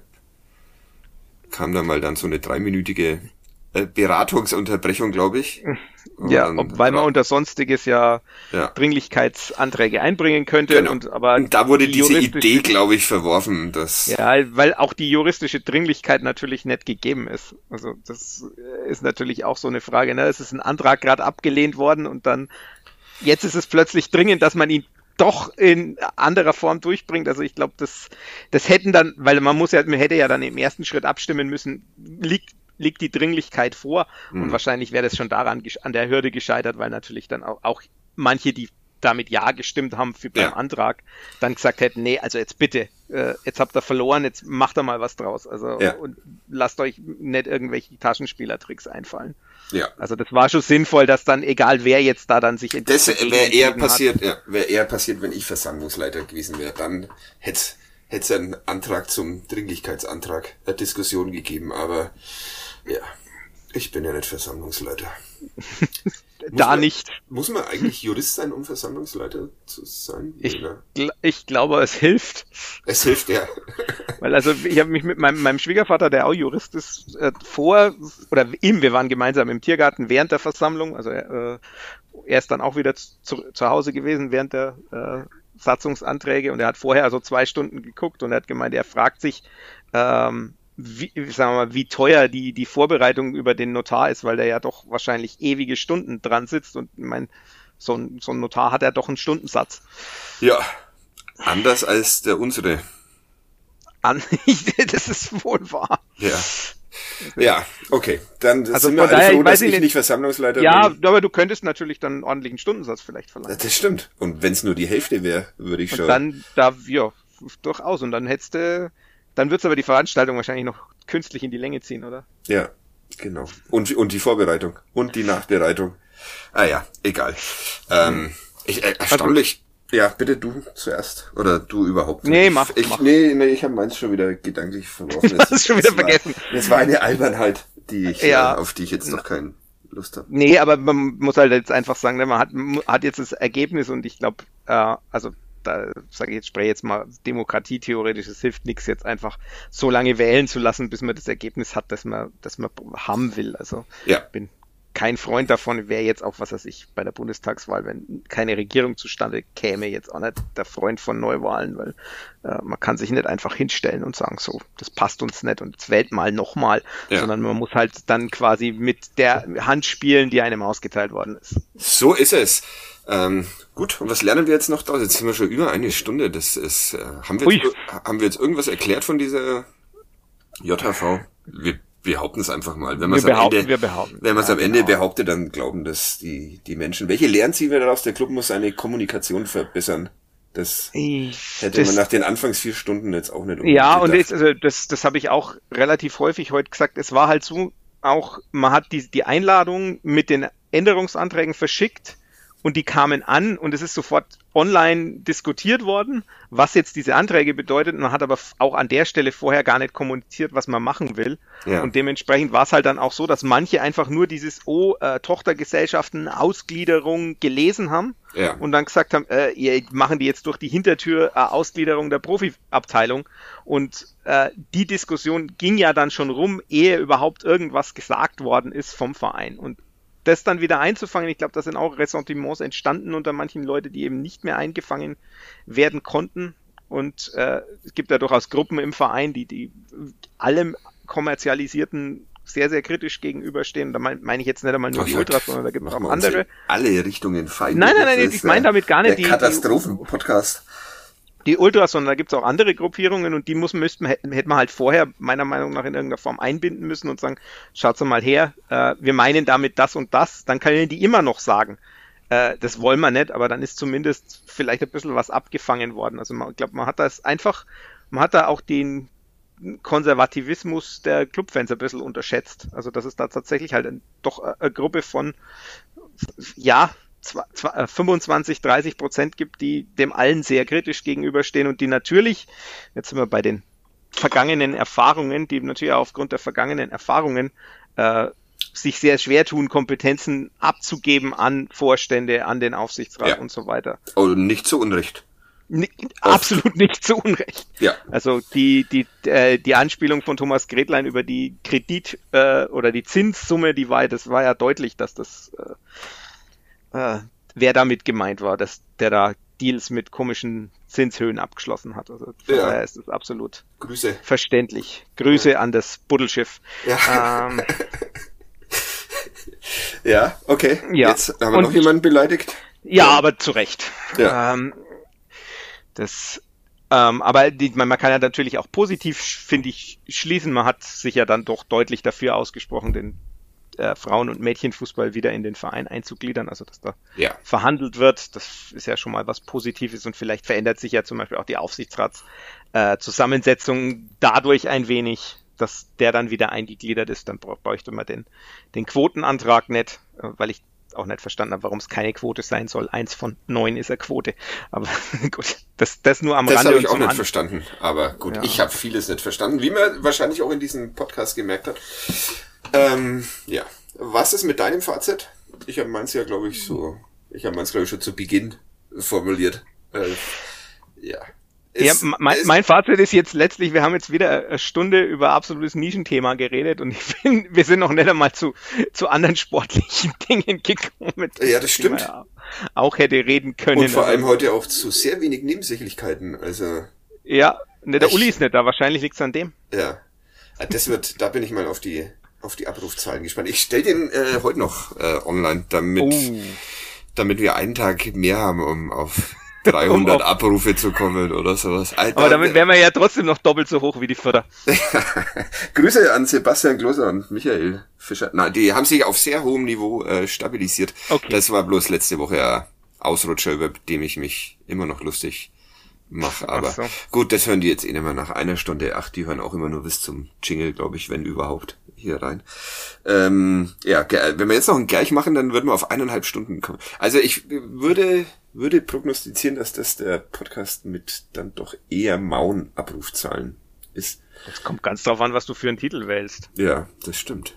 kam da mal dann so eine dreiminütige äh, Beratungsunterbrechung, glaube ich. Und ja, dann, ob, weil man unter Sonstiges ja, ja Dringlichkeitsanträge einbringen könnte. Genau. Und, aber und da wurde die diese Idee, glaube ich, verworfen. Dass ja, weil auch die juristische Dringlichkeit natürlich nicht gegeben ist. Also das ist natürlich auch so eine Frage. Ne? Es ist ein Antrag gerade abgelehnt worden und dann jetzt ist es plötzlich dringend, dass man ihn doch in anderer Form durchbringt. Also ich glaube, das, das hätten dann, weil man muss ja, man hätte ja dann im ersten Schritt abstimmen müssen, liegt liegt die Dringlichkeit vor und mhm. wahrscheinlich wäre das schon daran an der Hürde gescheitert, weil natürlich dann auch, auch manche, die damit Ja gestimmt haben für beim ja. Antrag, dann gesagt hätten, nee, also jetzt bitte, äh, jetzt habt ihr verloren, jetzt macht ihr mal was draus. Also ja. und lasst euch nicht irgendwelche Taschenspielertricks einfallen. Ja. Also das war schon sinnvoll, dass dann, egal wer jetzt da dann sich das wäre eher passiert, ja, wäre eher passiert, wenn ich Versammlungsleiter gewesen wäre. Dann hätte es einen Antrag zum Dringlichkeitsantrag, eine Diskussion gegeben, aber ja, ich bin ja nicht Versammlungsleiter. da man, nicht. Muss man eigentlich Jurist sein, um Versammlungsleiter zu sein? Ich, gl- ich glaube, es hilft. Es hilft, ja. Weil also ich habe mich mit meinem, meinem Schwiegervater, der auch Jurist ist, äh, vor, oder ihm, wir waren gemeinsam im Tiergarten während der Versammlung, also äh, er ist dann auch wieder zu, zu Hause gewesen während der äh, Satzungsanträge und er hat vorher also zwei Stunden geguckt und er hat gemeint, er fragt sich, ähm, wie, sagen wir mal, wie teuer die, die Vorbereitung über den Notar ist, weil der ja doch wahrscheinlich ewige Stunden dran sitzt und ich meine, so ein, so ein Notar hat ja doch einen Stundensatz. Ja, anders als der unsere. An, das ist wohl wahr. Ja. Ja, okay. Dann also sind wir daher, alle froh, ich dass ich nicht, nicht Versammlungsleiter ja, bin. Ja, aber du könntest natürlich dann einen ordentlichen Stundensatz vielleicht verlangen. Das stimmt. Und wenn es nur die Hälfte wäre, würde ich und schon. Dann, da, ja, durchaus. Und dann hättest du, dann wird's aber die Veranstaltung wahrscheinlich noch künstlich in die Länge ziehen, oder? Ja, genau. Und, und die Vorbereitung. Und die Nachbereitung. Ah ja, egal. Ähm, ich, äh, erstaunlich. Also, ja, bitte du zuerst. Oder du überhaupt. Nee, mach. Ich, mach. Nee, nee, ich habe meins schon wieder gedanklich verworfen. Du hast es schon wieder das vergessen. War, das war eine Albernheit, die ich, ja. äh, auf die ich jetzt noch keine Lust habe. Nee, aber man muss halt jetzt einfach sagen, man hat, hat jetzt das Ergebnis und ich glaube, äh, also da sage ich jetzt, spreche jetzt mal Demokratie theoretisch, es hilft nichts jetzt einfach so lange wählen zu lassen, bis man das Ergebnis hat, das man, das man haben will. Also ja. bin kein Freund davon, wäre jetzt auch, was weiß ich, bei der Bundestagswahl, wenn keine Regierung zustande käme, jetzt auch nicht der Freund von Neuwahlen, weil äh, man kann sich nicht einfach hinstellen und sagen, so, das passt uns nicht und jetzt wählt mal nochmal, ja. sondern man muss halt dann quasi mit der Hand spielen, die einem ausgeteilt worden ist. So ist es. Ähm, gut, und was lernen wir jetzt noch da? Jetzt sind wir schon über eine Stunde. Das ist, äh, haben wir jetzt, haben wir jetzt irgendwas erklärt von dieser J H V? Wir behaupten es einfach mal. Wenn man es am Ende, wir behaupten. wenn man es ja, am Ende genau. behauptet, dann glauben das die, die Menschen. Welche Lehren ziehen wir daraus? Der Club muss seine Kommunikation verbessern. Das ich, hätte das, man nach den Anfangs vier Stunden jetzt auch nicht unbedingt Ja, gedacht. und das, also das, das habe ich auch relativ häufig heute gesagt. Es war halt so, auch, man hat die, die Einladung mit den Änderungsanträgen verschickt und die kamen an und es ist sofort online diskutiert worden, was jetzt diese Anträge bedeutet. Man hat aber auch an der Stelle vorher gar nicht kommuniziert, was man machen will. Ja. Und dementsprechend war es halt dann auch so, dass manche einfach nur dieses Oh, äh, Tochtergesellschaften, Ausgliederung gelesen haben ja. und dann gesagt haben, äh, ihr machen die jetzt durch die Hintertür äh, Ausgliederung der Profiabteilung. Und äh, die Diskussion ging ja dann schon rum, ehe überhaupt irgendwas gesagt worden ist vom Verein. Und das dann wieder einzufangen, ich glaube, da sind auch Ressentiments entstanden unter manchen Leuten, die eben nicht mehr eingefangen werden konnten. Und äh, es gibt ja durchaus Gruppen im Verein, die, die allem Kommerzialisierten sehr, sehr kritisch gegenüberstehen. Da meine mein ich jetzt nicht einmal nur oh, die Ultras, sondern da gibt es auch andere. Alle Richtungen fein. Nein, nein, nein, ich meine damit gar nicht die Katastrophen-Podcast. Die Ultras, sondern da gibt es auch andere Gruppierungen und die muss, müssten, hätten, hätten wir halt vorher meiner Meinung nach in irgendeiner Form einbinden müssen und sagen, schaut's mal her, äh, wir meinen damit das und das, dann können die immer noch sagen, äh, das wollen wir nicht, aber dann ist zumindest vielleicht ein bisschen was abgefangen worden. Also man, ich glaube, man hat das einfach, man hat da auch den Konservativismus der Clubfans ein bisschen unterschätzt. Also dass es da tatsächlich halt ein, doch eine Gruppe von, ja, fünfundzwanzig, dreißig Prozent gibt, die dem allen sehr kritisch gegenüberstehen und die natürlich, jetzt sind wir bei den vergangenen Erfahrungen, die natürlich auch aufgrund der vergangenen Erfahrungen äh, sich sehr schwer tun, Kompetenzen abzugeben an Vorstände, an den Aufsichtsrat ja. und so weiter. Oh, nicht zu Unrecht. N- absolut nicht zu Unrecht. Ja. Also die die äh, die Anspielung von Thomas Gretlein über die Kredit äh, oder die Zinssumme, die war, das war ja deutlich, dass das äh, Uh, wer damit gemeint war, dass der da Deals mit komischen Zinshöhen abgeschlossen hat. Also von ja. daher ist das absolut Grüße. verständlich. Grüße ja. an das Buddelschiff. Ja, ähm, ja okay. Ja. Jetzt haben wir Und noch jemanden beleidigt. Ja, ja, aber zu Recht. Ja. Ähm, das, ähm, aber die, man, man kann ja natürlich auch positiv, finde ich, schließen. Man hat sich ja dann doch deutlich dafür ausgesprochen, den Äh, Frauen- und Mädchenfußball wieder in den Verein einzugliedern, also dass da ja. verhandelt wird. Das ist ja schon mal was Positives und vielleicht verändert sich ja zum Beispiel auch die Aufsichtsratszusammensetzung äh, dadurch ein wenig, dass der dann wieder eingegliedert ist. Dann bräuchte man den, den Quotenantrag nicht, äh, weil ich auch nicht verstanden habe, warum es keine Quote sein soll. Eins von neun ist eine Quote. Aber gut, das, das nur am das Rande. Das habe ich und auch nicht An- verstanden. Aber gut, ja. ich habe vieles nicht verstanden, wie man wahrscheinlich auch in diesem Podcast gemerkt hat. Ähm, ja. Was ist mit deinem Fazit? Ich habe meins ja, glaube ich, so, ich habe meins, glaube ich, schon zu Beginn formuliert. Äh, ja. Ist, ja, mein, ist, mein Fazit ist jetzt letztlich, wir haben jetzt wieder eine Stunde über absolutes Nischenthema geredet und ich finde, wir sind noch nicht einmal zu, zu anderen sportlichen Dingen gekommen. Ja, das stimmt. Ja auch hätte reden können. Und vor allem heute auch zu sehr wenig Nebensächlichkeiten, also. Ja, ne, der Uli ist nicht da, wahrscheinlich liegt's an dem. Ja. Das wird, da bin ich mal auf die, auf die Abrufzahlen gespannt. Ich stell den äh, heute noch äh, online, damit, oh. damit wir einen Tag mehr haben, um auf dreihundert um Abrufe zu kommen oder sowas. Alter, aber damit wären wir ja trotzdem noch doppelt so hoch wie die Förder. Grüße an Sebastian Gloser und Michael Fischer. Nein, die haben sich auf sehr hohem Niveau äh, stabilisiert. Okay. Das war bloß letzte Woche ein Ausrutscher, über dem ich mich immer noch lustig mache. Aber so. Gut, das hören die jetzt eh nicht mehr nach einer Stunde acht. Die hören auch immer nur bis zum Jingle, glaube ich, wenn überhaupt, hier rein. Ähm, ja, wenn wir jetzt noch ein Gleich machen, dann würden wir auf eineinhalb Stunden kommen. Also ich würde... würde prognostizieren, dass das der Podcast mit dann doch eher mauen Abrufzahlen ist. Das kommt ganz drauf an, was du für einen Titel wählst. Ja, das stimmt.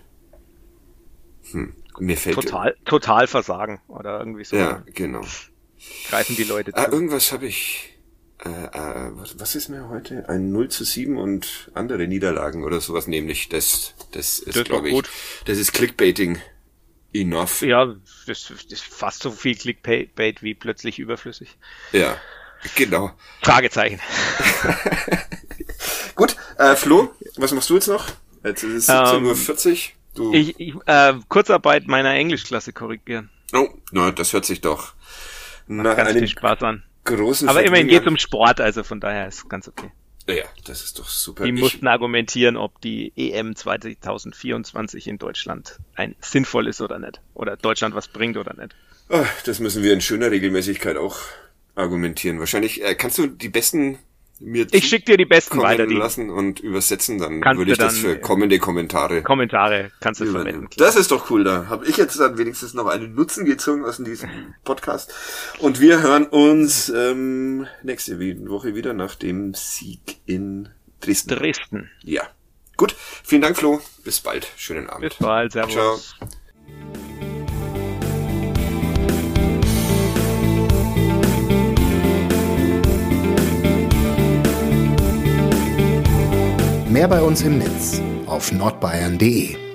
Hm. Mir fällt total, total Versagen oder irgendwie so. Ja, genau. Greifen die Leute zu. Ah, irgendwas habe ich, äh, äh, was, was ist mir heute? Ein null zu sieben und andere Niederlagen oder sowas, nämlich das, das ist, glaube ich, gut. Das ist Clickbaiting. enough. Ja, das, das ist fast so viel Clickbait wie plötzlich überflüssig. Ja, genau. Fragezeichen. Gut, äh, Flo, was machst du jetzt noch? Jetzt ist es siebzehn Uhr vierzig. Du... Ich, ich äh, Kurzarbeit meiner Englischklasse korrigieren. Oh, na, das hört sich doch nach ganz viel Spaß an. Großen Aber immerhin geht es um Sport, also von daher ist ganz okay. Ja, das ist doch super. Die ich... mussten argumentieren, ob die E M zwanzig vierundzwanzig in Deutschland ein sinnvoll ist oder nicht. Oder Deutschland was bringt oder nicht. Oh, das müssen wir in schöner Regelmäßigkeit auch argumentieren. Wahrscheinlich äh, kannst du die besten mir ich schick dir die besten weiter die lassen und übersetzen, dann kannst würde ich dann das für kommende Kommentare Kommentare kannst du verwenden. Das ist doch cool, da habe ich jetzt dann wenigstens noch einen Nutzen gezogen aus diesem Podcast und wir hören uns ähm, nächste Woche wieder nach dem Sieg in Dresden. Dresden. Ja, gut, vielen Dank Flo, bis bald, schönen Abend. Bis bald, servus. Ciao. Mehr bei uns im Netz auf nordbayern punkt de.